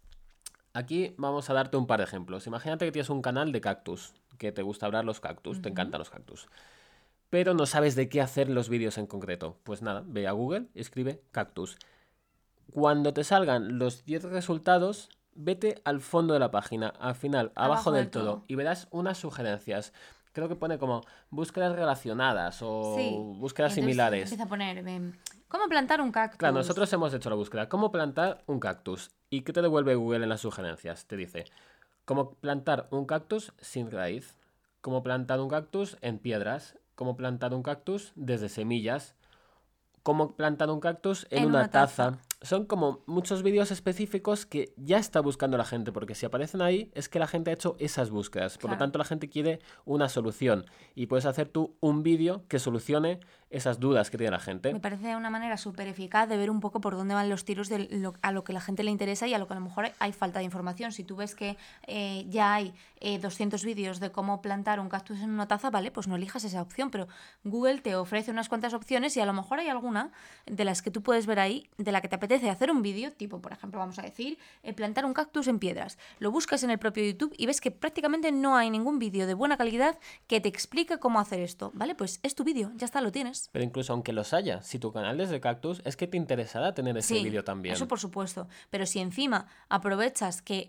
Aquí vamos a darte un par de ejemplos. Imagínate que tienes un canal de cactus, que te gusta hablar los cactus, te Ujú. encantan los cactus. Pero no sabes de qué hacer los vídeos en concreto. Pues nada, ve a Google, escribe cactus. Cuando te salgan los diez resultados, vete al fondo de la página, al final, abajo, Abajo del del todo, todo. y verás unas sugerencias. Creo que pone como búsquedas relacionadas o Sí. búsquedas Entonces similares. empieza a poner, em, ¿cómo plantar un cactus? Claro, nosotros hemos hecho la búsqueda. ¿Cómo plantar un cactus? ¿Y qué te devuelve Google en las sugerencias? Te dice, ¿cómo plantar un cactus sin raíz? ¿Cómo plantar un cactus en piedras? ¿Cómo plantar un cactus desde semillas? ¿Cómo plantar un cactus en, En una, una taza? taza. Son como muchos vídeos específicos que ya está buscando la gente, porque si aparecen ahí es que la gente ha hecho esas búsquedas. Por lo Claro. tanto, la gente quiere una solución. Y puedes hacer tú un vídeo que solucione esas dudas que tiene la gente. Me parece una manera súper eficaz de ver un poco por dónde van los tiros de lo, a lo que la gente le interesa y a lo que a lo mejor hay falta de información. Si tú ves que eh, ya hay eh, doscientos vídeos de cómo plantar un cactus en una taza, vale, pues no elijas esa opción, pero Google te ofrece unas cuantas opciones y a lo mejor hay alguna de las que tú puedes ver ahí, de la que te apetece hacer un vídeo, tipo, por ejemplo, vamos a decir, eh, plantar un cactus en piedras. Lo buscas en el propio YouTube y ves que prácticamente no hay ningún vídeo de buena calidad que te explique cómo hacer esto, ¿vale? Pues es tu vídeo, ya está, lo tienes. Pero incluso aunque los haya, si tu canal es de cactus, es que te interesará tener ese Sí, vídeo también. eso por supuesto. Pero si encima aprovechas que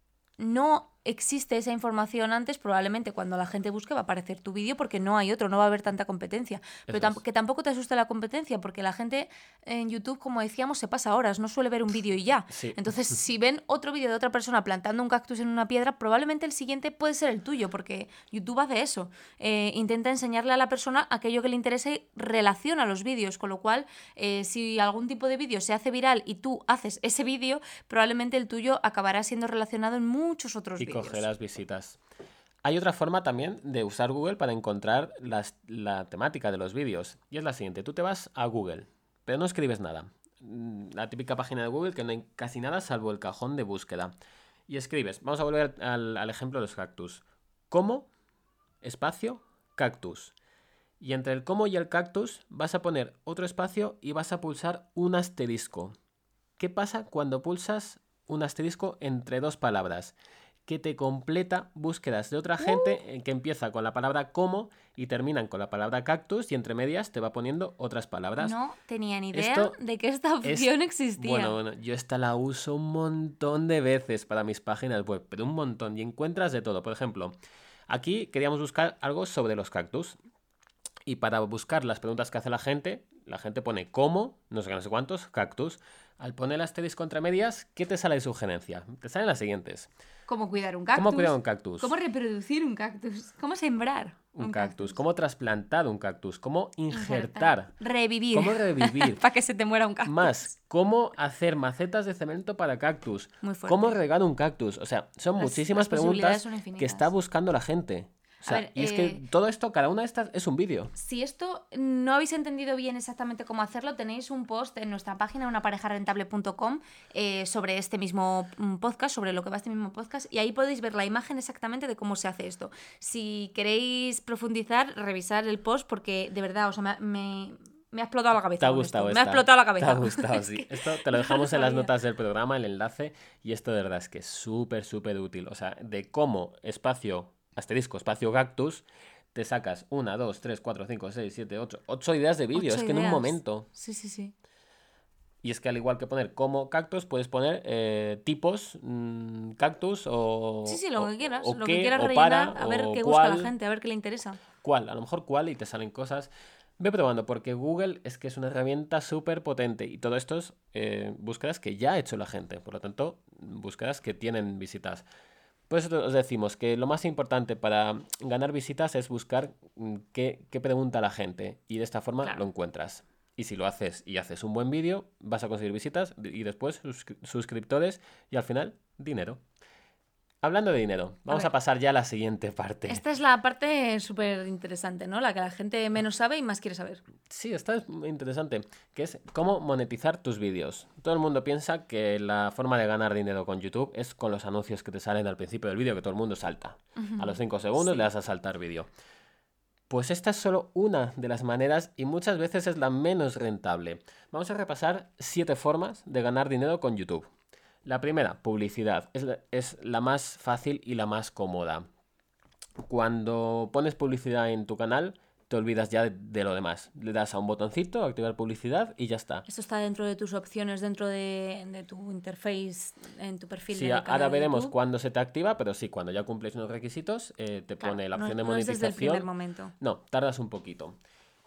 no existe esa información antes, probablemente cuando la gente busque va a aparecer tu vídeo porque no hay otro, no va a haber tanta competencia. Pero Eso tam- es. que tampoco te asuste la competencia, porque la gente en YouTube, como decíamos, se pasa horas, no suele ver un vídeo y ya. Sí. Entonces, si ven otro vídeo de otra persona plantando un cactus en una piedra, probablemente el siguiente puede ser el tuyo, porque YouTube hace eso. Eh, intenta enseñarle a la persona aquello que le interesa y relaciona los vídeos, con lo cual, eh, si algún tipo de vídeo se hace viral y tú haces ese vídeo, probablemente el tuyo acabará siendo relacionado en muchos otros Y vídeos. cogerás visitas. Hay otra forma también de usar Google para encontrar las, la temática de los vídeos. Y es la siguiente. Tú te vas a Google, pero no escribes nada. La típica página de Google que no hay casi nada salvo el cajón de búsqueda. Y escribes. Vamos a volver al, al ejemplo de los cactus. ¿Cómo? Espacio, cactus. Y entre el cómo y el cactus vas a poner otro espacio y vas a pulsar un asterisco. ¿Qué pasa cuando pulsas un asterisco entre dos palabras? Que te completa búsquedas de otra gente que empieza con la palabra como y terminan con la palabra cactus y entre medias te va poniendo otras palabras. No tenía ni idea Esto de que esta opción es- existía. Bueno, bueno, yo esta la uso un montón de veces para mis páginas web, pero un montón y encuentras de todo. Por ejemplo, aquí queríamos buscar algo sobre los cactus y para buscar las preguntas que hace la gente, la gente pone cómo, no sé qué, no sé cuántos, cactus. Al poner el asterisco entre medias, ¿qué te sale de sugerencia? Te salen las siguientes. ¿Cómo cuidar un cactus? ¿Cómo cuidar un cactus? ¿Cómo reproducir un cactus? ¿Cómo sembrar Un cactus. ¿Cómo trasplantar un cactus? ¿Cómo injertar? Revivir. ¿Cómo revivir? Para que se te muera un cactus. Más, ¿cómo hacer macetas de cemento para cactus? Muy fuerte. ¿Cómo regar un cactus? O sea, son Las- muchísimas las posibilidades preguntas son infinitas. que está buscando la gente. O sea, ver, y es eh, que todo esto, cada una de estas es un vídeo. Si esto no habéis entendido bien exactamente cómo hacerlo, tenéis un post en nuestra página, unaparejarentable punto com, eh, sobre este mismo mm, podcast, sobre lo que va este mismo podcast, y ahí podéis ver la imagen exactamente de cómo se hace esto. Si queréis profundizar, revisar el post, porque de verdad, o sea, me, me, me ha explotado la cabeza. Te ha con gustado esto. Me ha esta. explotado la cabeza. Te ha gustado, Es sí. que Esto te lo dejamos no en las sabía. notas del programa, el enlace, y esto de verdad es que es súper, súper útil. O sea, de cómo espacio, asterisco, espacio cactus, te sacas una, dos, tres, cuatro, cinco, seis, siete, ocho, ocho ideas de vídeo. Ocho Es que en un ideas. momento. Sí, sí, sí. Y es que al igual que poner como cactus, puedes poner eh, tipos, mmm, cactus o... Sí, sí, lo o- que quieras. o Lo qué, que quieras o rellenar, para, a ver o qué busca la cuál. gente, a ver qué le interesa. ¿Cuál? A lo mejor cuál y te salen cosas. Ve probando, porque Google es que es una herramienta súper potente y todo esto es eh, búsquedas que ya ha hecho la gente. Por lo tanto, búsquedas que tienen visitas. Por eso os decimos que lo más importante para ganar visitas es buscar mm, qué, qué pregunta la gente y de esta forma Claro. lo encuentras. Y si lo haces y haces un buen vídeo, vas a conseguir visitas y después suscri- suscriptores y al final dinero. Hablando de dinero, vamos a, ver. pasar ya a la siguiente parte. Esta es la parte súper interesante, ¿no? La que la gente menos sabe y más quiere saber. Sí, esta es muy interesante, que es cómo monetizar tus vídeos. Todo el mundo piensa que la forma de ganar dinero con YouTube es con los anuncios que te salen al principio del vídeo, que todo el mundo salta. A los cinco segundos Sí. le das a saltar vídeo. Pues esta es solo una de las maneras y muchas veces es la menos rentable. Vamos a repasar siete formas de ganar dinero con YouTube. La primera, publicidad. Es la, es la más fácil y la más cómoda. Cuando pones publicidad en tu canal, te olvidas ya de, de lo demás. Le das a un botoncito, activar publicidad y ya está. Esto está dentro de tus opciones, dentro de, de tu interface, en tu perfil Sí, de a- canal ahora de veremos YouTube. cuándo se te activa, pero sí, cuando ya cumples unos requisitos, eh, te Claro, pone la no, opción de no es desde el monetización. primer momento. No, tardas un poquito.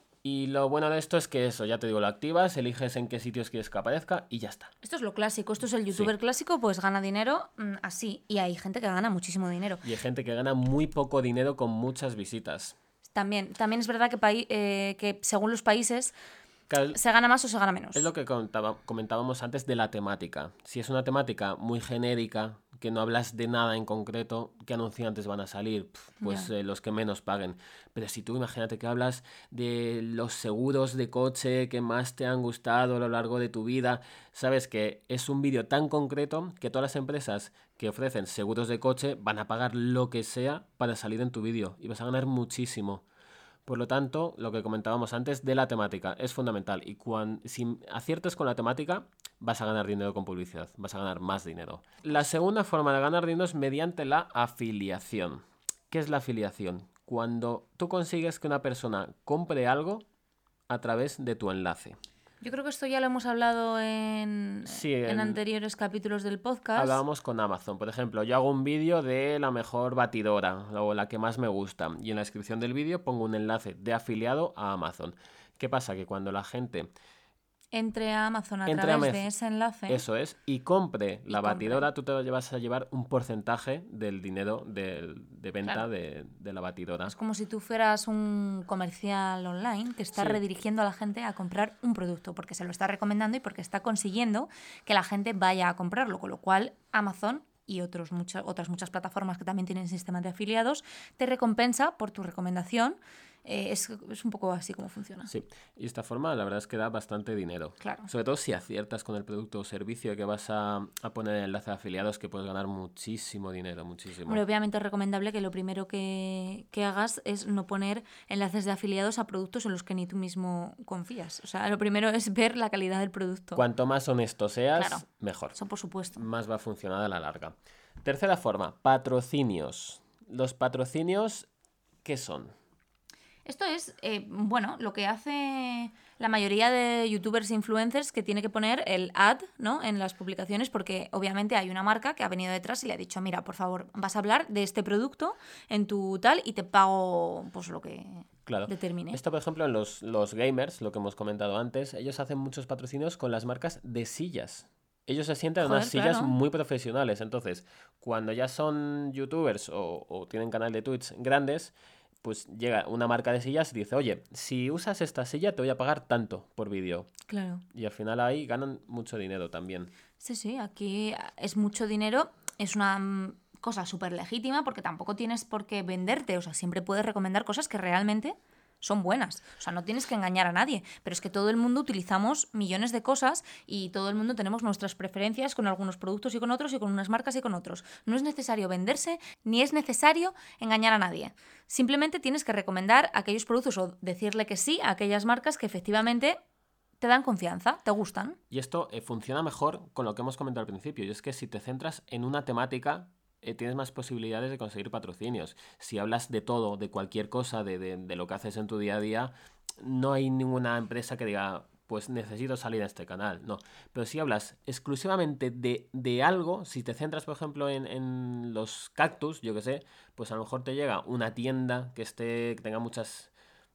Y lo bueno de esto es que eso, ya te digo, lo activas, eliges en qué sitios quieres que aparezca y ya está. Esto es lo clásico, esto es el youtuber clásico, pues gana dinero mm, así. Y hay gente que gana muchísimo dinero. Y hay gente que gana muy poco dinero con muchas visitas. También, también es verdad que, paí- eh, que según los países Claro, se gana más o se gana menos. es lo que contaba- comentábamos antes de la temática. Si es una temática muy genérica, que no hablas de nada en concreto, ¿qué anunciantes van a salir? Pf, Pues Ya. eh, los que menos paguen. Pero si tú imagínate que hablas de los seguros de coche que más te han gustado a lo largo de tu vida, sabes que es un vídeo tan concreto que todas las empresas que ofrecen seguros de coche van a pagar lo que sea para salir en tu vídeo y vas a ganar muchísimo. Por lo tanto, lo que comentábamos antes de la temática es fundamental. Y cuando, si aciertas con la temática, vas a ganar dinero con publicidad, vas a ganar más dinero. La segunda forma de ganar dinero es mediante la afiliación. ¿Qué es la afiliación? Cuando tú consigues que una persona compre algo a través de tu enlace. Yo creo que esto ya lo hemos hablado en, Sí, en en- anteriores capítulos del podcast. Hablábamos con Amazon, por ejemplo, yo hago un vídeo de la mejor batidora o la que más me gusta y en la descripción del vídeo pongo un enlace de afiliado a Amazon. ¿Qué pasa? Que cuando la gente Entre a Amazon a Entre a través Mez- de ese enlace. eso es, y compre la Y compre. batidora, tú te vas a llevar un porcentaje del dinero del- de venta Claro. de, de la batidora. Es como si tú fueras un comercial online que está Sí. redirigiendo a la gente a comprar un producto porque se lo está recomendando y porque está consiguiendo que la gente vaya a comprarlo, con lo cual Amazon y otros muchas, otras muchas plataformas que también tienen sistemas de afiliados te recompensa por tu recomendación. Eh, es, es un poco así como funciona. Sí, y esta forma la verdad es que da bastante dinero. Claro. Sobre todo si aciertas con el producto o servicio que vas a, a poner en el enlace de afiliados, que puedes ganar muchísimo dinero, muchísimo. Hombre, obviamente es recomendable que lo primero que, que hagas es no poner enlaces de afiliados a productos en los que ni tú mismo confías. O sea, lo primero es ver la calidad del producto. Cuanto más honesto seas, Claro. mejor. Eso por supuesto. Más va a funcionar a la larga. Tercera forma, patrocinios. Los patrocinios, ¿qué son? Esto es, eh, bueno, lo que hace la mayoría de youtubers e influencers que tiene que poner el ad, ¿no?, en las publicaciones porque obviamente hay una marca que ha venido detrás y le ha dicho, mira, por favor, vas a hablar de este producto en tu tal y te pago pues lo que Claro. determine. Esto, por ejemplo, en los, los gamers, lo que hemos comentado antes, ellos hacen muchos patrocinios con las marcas de sillas. Ellos se sientan en Joder, unas sillas claro. muy profesionales. Entonces, cuando ya son youtubers o, o tienen canal de Twitch grandes, pues llega una marca de sillas y dice, oye, si usas esta silla te voy a pagar tanto por vídeo. Claro. Y al final ahí ganan mucho dinero también. Sí, sí, aquí es mucho dinero, es una mm, cosa súper legítima porque tampoco tienes por qué venderte, o sea, siempre puedes recomendar cosas que realmente son buenas, o sea, no tienes que engañar a nadie, pero es que todo el mundo utilizamos millones de cosas y todo el mundo tenemos nuestras preferencias con algunos productos y con otros y con unas marcas y con otros. No es necesario venderse ni es necesario engañar a nadie. Simplemente tienes que recomendar aquellos productos o decirle que sí a aquellas marcas que efectivamente te dan confianza, te gustan. Y esto eh, funciona mejor con lo que hemos comentado al principio, y es que si te centras en una temática, eh, tienes más posibilidades de conseguir patrocinios. Si hablas de todo, de cualquier cosa, de, de, de lo que haces en tu día a día, no hay ninguna empresa que diga, pues necesito salir a este canal. No, pero si hablas exclusivamente de, de algo, si te centras, por ejemplo, en, en los cactus, yo que sé, pues a lo mejor te llega una tienda que esté, que tenga muchas...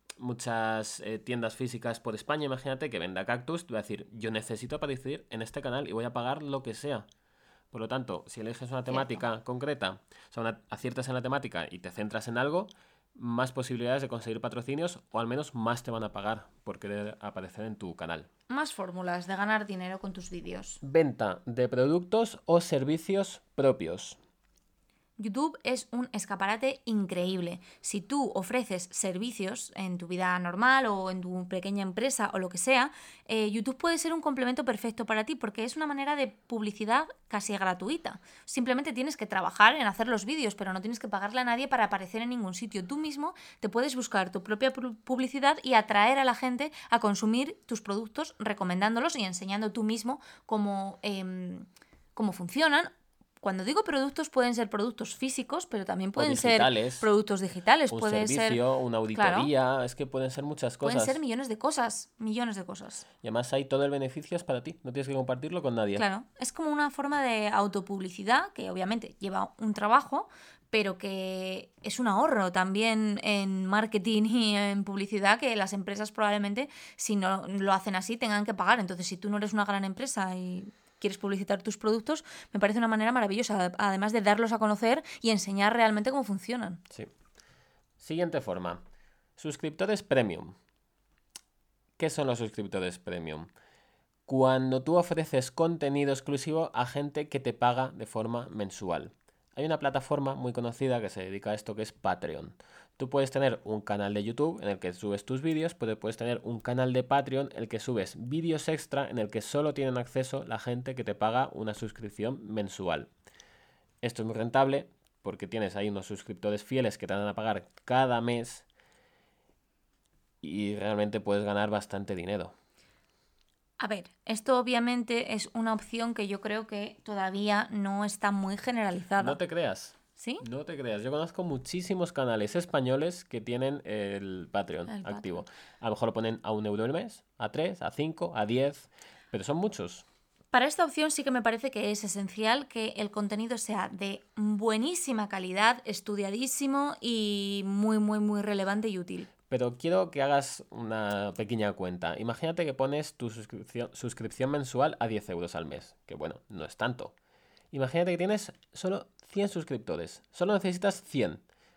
muchas eh, tiendas físicas por España, imagínate, que venda cactus, te va a decir, yo necesito aparecer en este canal y voy a pagar lo que sea. Por lo tanto, si eliges una temática Cierto. concreta, o sea, una- aciertas en la temática y te centras en algo, más posibilidades de conseguir patrocinios o al menos más te van a pagar por querer aparecer en tu canal. Más fórmulas de ganar dinero con tus vídeos. Venta de productos o servicios propios. YouTube es un escaparate increíble. Si tú ofreces servicios en tu vida normal o en tu pequeña empresa o lo que sea, eh, YouTube puede ser un complemento perfecto para ti porque es una manera de publicidad casi gratuita. Simplemente tienes que trabajar en hacer los vídeos, pero no tienes que pagarle a nadie para aparecer en ningún sitio. Tú mismo te puedes buscar tu propia pu- publicidad y atraer a la gente a consumir tus productos recomendándolos y enseñando tú mismo cómo, em, cómo funcionan, Cuando digo productos, pueden ser productos físicos, pero también pueden ser digitales, productos digitales. un puede servicio, ser, una auditoría, claro, es que pueden ser muchas cosas. Pueden ser millones de cosas, millones de cosas. Y además ahí todo el beneficio es para ti, no tienes que compartirlo con nadie. Claro, es como una forma de autopublicidad que obviamente lleva un trabajo, pero que es un ahorro también en marketing y en publicidad que las empresas probablemente, si no lo hacen así, tengan que pagar. Entonces, si tú no eres una gran empresa y quieres publicitar tus productos, me parece una manera maravillosa, además de darlos a conocer y enseñar realmente cómo funcionan. Sí. Siguiente forma. Suscriptores premium. ¿Qué son los suscriptores premium? Cuando tú ofreces contenido exclusivo a gente que te paga de forma mensual. Hay una plataforma muy conocida que se dedica a esto que es Patreon. Tú puedes tener un canal de YouTube en el que subes tus vídeos, pero puedes tener un canal de Patreon en el que subes vídeos extra en el que solo tienen acceso la gente que te paga una suscripción mensual. Esto es muy rentable porque tienes ahí unos suscriptores fieles que te van a pagar cada mes y realmente puedes ganar bastante dinero. A ver, esto obviamente es una opción que yo creo que todavía no está muy generalizada. No te creas. ¿Sí? No te creas. Yo conozco muchísimos canales españoles que tienen el Patreon El activo. Patreon. A lo mejor lo ponen a un euro al mes, a tres, a cinco, a diez, pero son muchos. Para esta opción sí que me parece que es esencial que el contenido sea de buenísima calidad, estudiadísimo y muy, muy, muy relevante y útil. Pero quiero que hagas una pequeña cuenta. Imagínate que pones tu suscripción, suscripción mensual a diez euros al mes, que bueno, no es tanto. Imagínate que tienes solo cien suscriptores. Solo necesitas cien.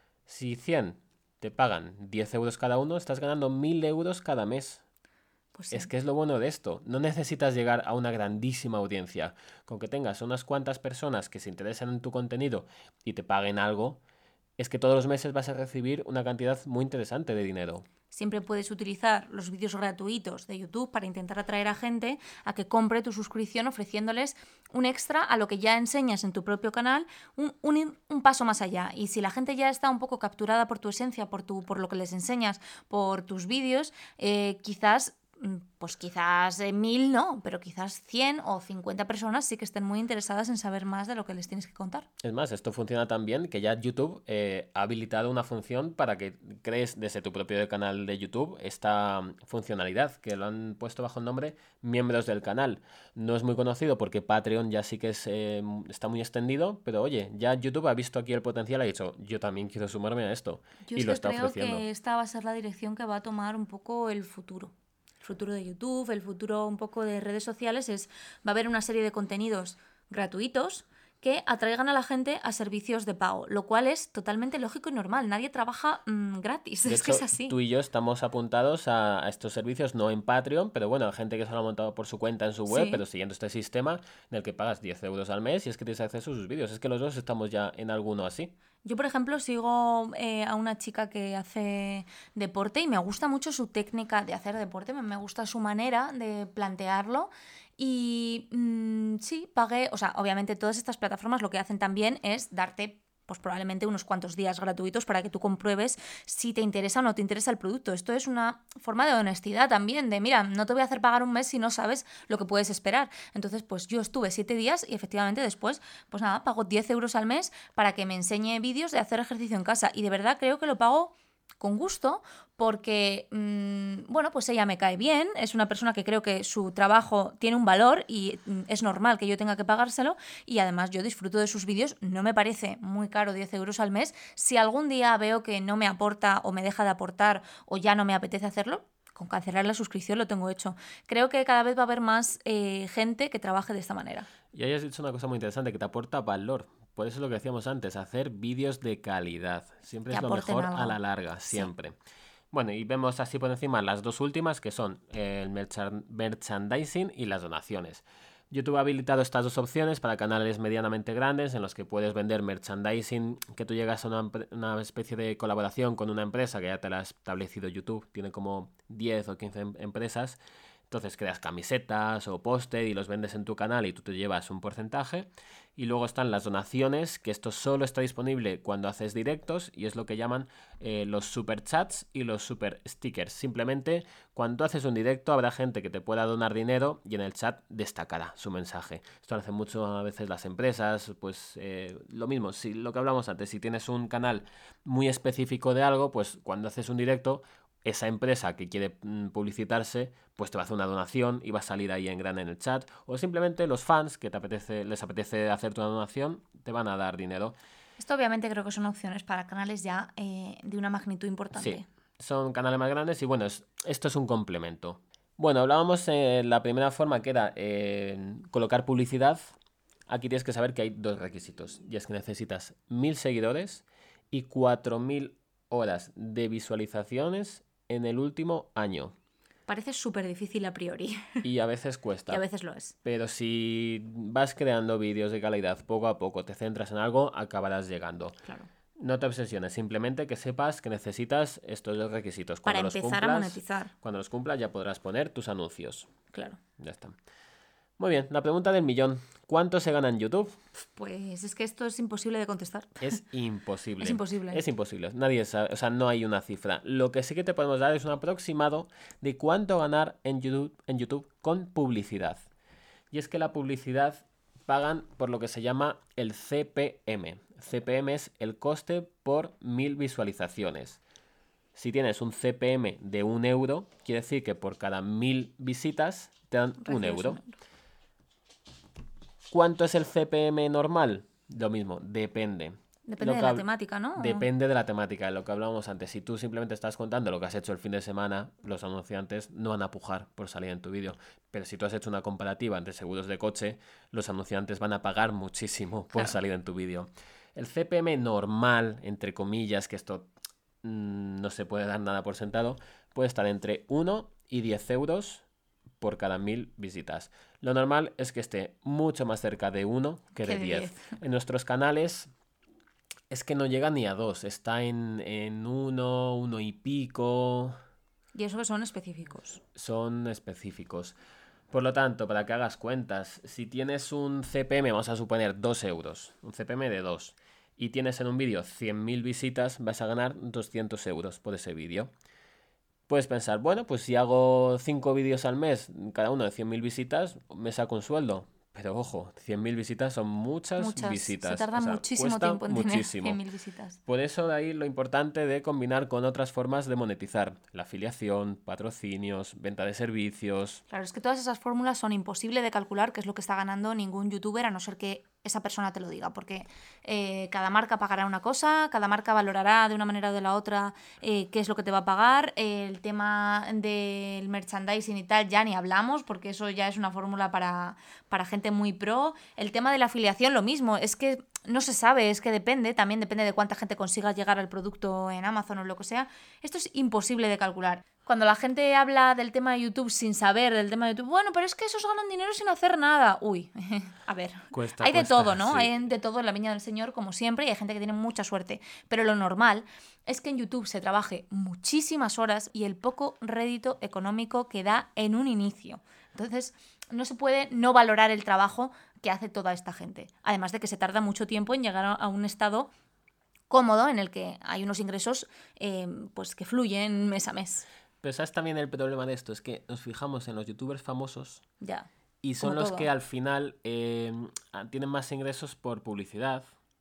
Si cien te pagan diez euros cada uno, estás ganando mil euros cada mes. Pues sí. Es que es lo bueno de esto. No necesitas llegar a una grandísima audiencia. Con que tengas unas cuantas personas que se interesen en tu contenido y te paguen algo, es que todos los meses vas a recibir una cantidad muy interesante de dinero. Siempre puedes utilizar los vídeos gratuitos de YouTube para intentar atraer a gente a que compre tu suscripción ofreciéndoles un extra a lo que ya enseñas en tu propio canal, un, un, un paso más allá. Y si la gente ya está un poco capturada por tu esencia, por, tu, por lo que les enseñas, por tus vídeos, eh, quizás... pues quizás eh, mil no, pero quizás cien o cincuenta personas sí que estén muy interesadas en saber más de lo que les tienes que contar. Es más, esto funciona tan bien que ya YouTube eh, ha habilitado una función para que crees desde tu propio canal de YouTube esta funcionalidad, que lo han puesto bajo el nombre miembros del canal. No es muy conocido porque Patreon ya sí que es, eh, está muy extendido, pero oye, ya YouTube ha visto aquí el potencial y ha dicho, yo también quiero sumarme a esto. Yo y es lo que está creo ofreciendo. que esta va a ser la dirección que va a tomar un poco el futuro. El futuro de YouTube, el futuro un poco de redes sociales, es va a haber una serie de contenidos gratuitos que atraigan a la gente a servicios de pago, lo cual es totalmente lógico y normal. Nadie trabaja mmm, gratis, De es hecho, que es así. tú y yo estamos apuntados a, a estos servicios, no en Patreon, pero bueno, gente que se lo ha montado por su cuenta en su web, Sí. pero siguiendo este sistema en el que pagas diez euros al mes y es que tienes acceso a sus vídeos. Es que los dos estamos ya en alguno así. Yo, por ejemplo, sigo eh, a una chica que hace deporte y me gusta mucho su técnica de hacer deporte, me, me gusta su manera de plantearlo y mmm, sí, pagué, o sea, obviamente todas estas plataformas lo que hacen también es darte pues probablemente unos cuantos días gratuitos para que tú compruebes si te interesa o no te interesa el producto. Esto es una forma de honestidad también, de mira, no te voy a hacer pagar un mes si no sabes lo que puedes esperar. Entonces, pues yo estuve siete días y efectivamente después, pues nada, pago diez euros al mes para que me enseñe vídeos de hacer ejercicio en casa. Y de verdad creo que lo pago con gusto porque, mmm, bueno, pues ella me cae bien, es una persona que creo que su trabajo tiene un valor y mm, es normal que yo tenga que pagárselo y además yo disfruto de sus vídeos, no me parece muy caro diez euros al mes. Si algún día veo que no me aporta o me deja de aportar o ya no me apetece hacerlo, con cancelar la suscripción lo tengo hecho. Creo que cada vez va a haber más eh, gente que trabaje de esta manera. Y ahí has dicho una cosa muy interesante, que te aporta valor. Por eso es lo que decíamos antes, hacer vídeos de calidad. Siempre Que es lo aporten mejor algo. a la larga, siempre. Sí. Bueno, y vemos así por encima las dos últimas, que son el merchan- merchandising y las donaciones. YouTube ha habilitado estas dos opciones para canales medianamente grandes en los que puedes vender merchandising, que tú llegas a una, una especie de colaboración con una empresa que ya te la ha establecido YouTube, tiene como diez o quince em- empresas. Entonces creas camisetas o póster y los vendes en tu canal y tú te llevas un porcentaje. Y luego están las donaciones, que esto solo está disponible cuando haces directos y es lo que llaman eh, los super chats y los super stickers. Simplemente cuando haces un directo habrá gente que te pueda donar dinero y en el chat destacará su mensaje. Esto lo hacen mucho a veces las empresas, pues eh, lo mismo, si lo que hablamos antes, si tienes un canal muy específico de algo, pues cuando haces un directo, esa empresa que quiere publicitarse, pues te va a hacer una donación y va a salir ahí en grande en el chat. O simplemente los fans que te apetece, les apetece hacerte una donación, te van a dar dinero. Esto obviamente creo que son opciones para canales ya eh, de una magnitud importante. Sí, son canales más grandes y bueno, es, esto es un complemento. Bueno, hablábamos en la primera forma que era eh, colocar publicidad. Aquí tienes que saber que hay dos requisitos. Y es que necesitas mil seguidores y cuatro mil horas de visualizaciones en el último año. Parece súper difícil a priori. Y a veces cuesta. Y a veces lo es. Pero si vas creando vídeos de calidad poco a poco, te centras en algo, acabarás llegando. Claro. No te obsesiones, simplemente que sepas que necesitas estos dos requisitos. Cuando Para los empezar cumplas, a monetizar. Cuando los cumplas ya podrás poner tus anuncios. Claro. Ya está. Muy bien, la pregunta del millón. ¿Cuánto se gana en YouTube? Pues es que esto es imposible de contestar. Es imposible. Es imposible. Es imposible. Nadie sabe, o sea, no hay una cifra. Lo que sí que te podemos dar es un aproximado de cuánto ganar en YouTube, en YouTube con publicidad. Y es que la publicidad pagan por lo que se llama el C P M. C P M es el coste por mil visualizaciones. Si tienes un C P M de un euro, quiere decir que por cada mil visitas te dan un euro. un euro. ¿Cuánto es el C P M normal? Lo mismo, depende. Depende de la temática, ¿no? Depende de la temática, de lo que hablábamos antes. Si tú simplemente estás contando lo que has hecho el fin de semana, los anunciantes no van a pujar por salir en tu vídeo. Pero si tú has hecho una comparativa entre seguros de coche, los anunciantes van a pagar muchísimo por claro. salir en tu vídeo. El C P M normal, entre comillas, que esto mmm, no se puede dar nada por sentado, puede estar entre uno y diez euros por cada mil visitas. Lo normal es que esté mucho más cerca de uno que de diez. En nuestros canales es que no llega ni a dos, está en, en uno, uno y pico. Y eso que son específicos. Son específicos. Por lo tanto, para que hagas cuentas, si tienes un C P M, vamos a suponer dos euros, un C P M de dos, y tienes en un vídeo cien mil visitas, vas a ganar doscientos euros por ese vídeo. Puedes pensar, bueno, pues si hago cinco vídeos al mes, cada uno de cien mil visitas, me saco un sueldo. Pero ojo, cien mil visitas son muchas, muchas visitas. Se tarda o sea, muchísimo tiempo en muchísimo. tener cien mil visitas. Por eso de ahí lo importante de combinar con otras formas de monetizar. La afiliación, patrocinios, venta de servicios. Claro, es que todas esas fórmulas son imposibles de calcular qué es lo que está ganando ningún youtuber, a no ser que esa persona te lo diga, porque eh, cada marca pagará una cosa, cada marca valorará de una manera o de la otra eh, qué es lo que te va a pagar. Eh, el tema del merchandising y tal ya ni hablamos, porque eso ya es una fórmula para, para gente muy pro. El tema de la afiliación, lo mismo, es que no se sabe, es que depende, también depende de cuánta gente consiga llegar al producto en Amazon o lo que sea. Esto es imposible de calcular. Cuando la gente habla del tema de YouTube sin saber del tema de YouTube, bueno, pero es que esos ganan dinero sin hacer nada. Uy, a ver, cuesta, hay de cuesta, todo, ¿no? Sí. Hay de todo en la viña del Señor, como siempre, y hay gente que tiene mucha suerte. Pero lo normal es que en YouTube se trabaje muchísimas horas y el poco rédito económico que da en un inicio. Entonces, no se puede no valorar el trabajo que hace toda esta gente. Además de que se tarda mucho tiempo en llegar a un estado cómodo en el que hay unos ingresos eh, pues que fluyen mes a mes. Pero ¿sabes también el problema de esto? Es que nos fijamos en los youtubers famosos ya, y son los todo. que al final eh, tienen más ingresos por publicidad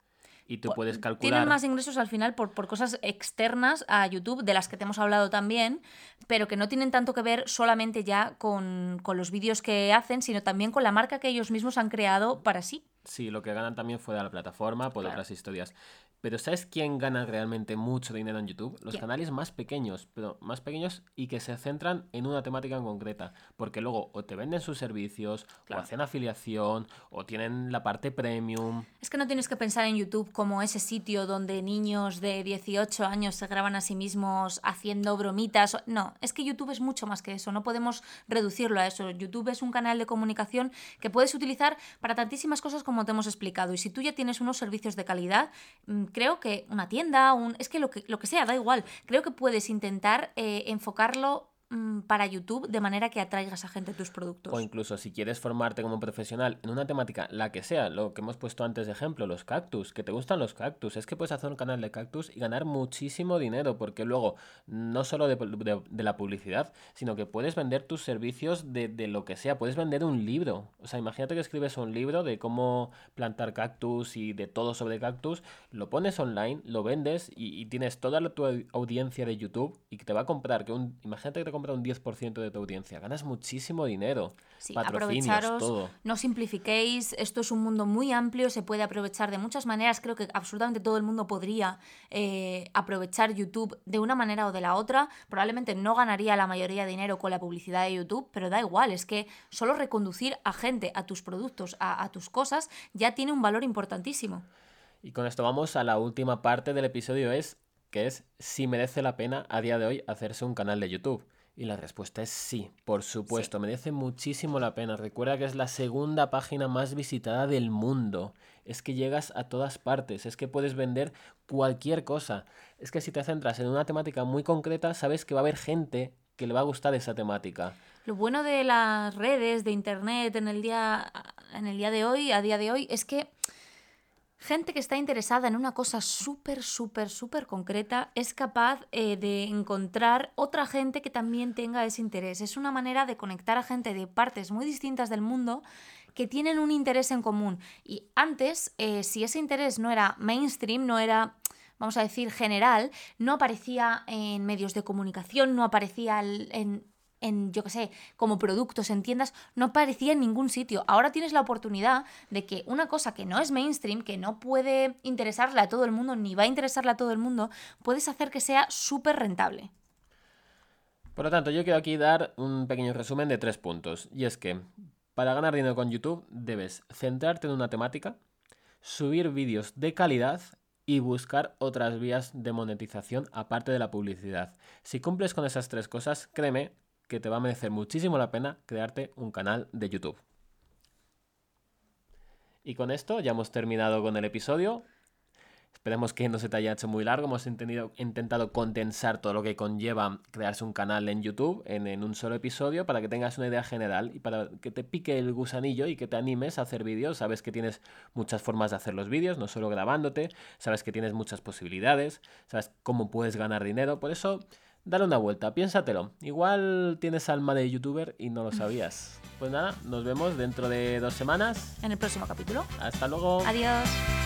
y tú puedes calcular... Tienen más ingresos al final por, por cosas externas a YouTube, de las que te hemos hablado también, pero que no tienen tanto que ver solamente ya con, con los vídeos que hacen, sino también con la marca que ellos mismos han creado para sí. Sí, lo que ganan también fuera de la plataforma por claro. otras historias. Pero ¿sabes quién gana realmente mucho dinero en YouTube? Los ¿Quién? canales más pequeños, pero más pequeños y que se centran en una temática en concreta. Porque luego o te venden sus servicios, claro. o hacen afiliación, o tienen la parte premium. Es que no tienes que pensar en YouTube como ese sitio donde niños de dieciocho años se graban a sí mismos haciendo bromitas. No, es que YouTube es mucho más que eso. No podemos reducirlo a eso. YouTube es un canal de comunicación que puedes utilizar para tantísimas cosas como te hemos explicado. Y si tú ya tienes unos servicios de calidad, creo que una tienda, un, es que lo, que lo que sea, da igual. Creo que puedes intentar eh, enfocarlo mmm, para YouTube de manera que atraigas a gente a tus productos. O incluso si quieres formarte como profesional en una temática, la que sea, lo que hemos puesto antes de ejemplo, los cactus, que te gustan los cactus, es que puedes hacer un canal de cactus y ganar muchísimo dinero, porque luego no solo de, de, de la publicidad, sino que puedes vender tus servicios de, de lo que sea, puedes vender un libro. O sea, imagínate que escribes un libro de cómo plantar cactus y de todo sobre cactus, lo pones online, lo vendes y, y tienes toda la, tu audiencia de YouTube y que te va a comprar, que un, imagínate que te compra un diez por ciento de tu audiencia, ganas muchísimo dinero. Sí, patrocinios, aprovecharos, todo. No simplifiquéis, esto es un mundo muy amplio, se puede aprovechar de muchas maneras, creo que absolutamente todo el mundo podría eh, aprovechar YouTube de una manera o de la otra, probablemente no ganaría la mayoría de dinero con la publicidad de YouTube, pero da igual, es que solo reconducir a gente a tus productos, a, a tus cosas, ya tiene un valor importantísimo. Y con esto vamos a la última parte del episodio, es que es si merece la pena a día de hoy hacerse un canal de YouTube. Y la respuesta es sí, por supuesto, sí. Merece muchísimo la pena. Recuerda que es la segunda página más visitada del mundo. Es que llegas a todas partes, es que puedes vender cualquier cosa. Es que si te centras en una temática muy concreta, sabes que va a haber gente que le va a gustar esa temática. Lo bueno de las redes, de internet en el día, en el día de hoy, a día de hoy, es que gente que está interesada en una cosa súper, súper, súper concreta es capaz eh, de encontrar otra gente que también tenga ese interés. Es una manera de conectar a gente de partes muy distintas del mundo que tienen un interés en común. Y antes, eh, si ese interés no era mainstream, no era, vamos a decir, general, no aparecía en medios de comunicación, no aparecía en... en, yo qué sé, como productos en tiendas, no aparecía en ningún sitio. Ahora tienes la oportunidad de que una cosa que no es mainstream, que no puede interesarle a todo el mundo, ni va a interesarle a todo el mundo, puedes hacer que sea súper rentable. Por lo tanto, yo quiero aquí dar un pequeño resumen de tres puntos. Y es que, para ganar dinero con YouTube, debes centrarte en una temática, subir vídeos de calidad y buscar otras vías de monetización aparte de la publicidad. Si cumples con esas tres cosas, créeme que te va a merecer muchísimo la pena crearte un canal de YouTube. Y con esto ya hemos terminado con el episodio. Esperemos que no se te haya hecho muy largo. Hemos entendido, intentado condensar todo lo que conlleva crearse un canal en YouTube en, en un solo episodio para que tengas una idea general y para que te pique el gusanillo y que te animes a hacer vídeos. Sabes que tienes muchas formas de hacer los vídeos, no solo grabándote. Sabes que tienes muchas posibilidades. Sabes cómo puedes ganar dinero. Por eso, dale una vuelta, piénsatelo. Igual tienes alma de youtuber y no lo sabías. Pues nada, nos vemos dentro de dos semanas. En el próximo capítulo. Hasta luego. Adiós.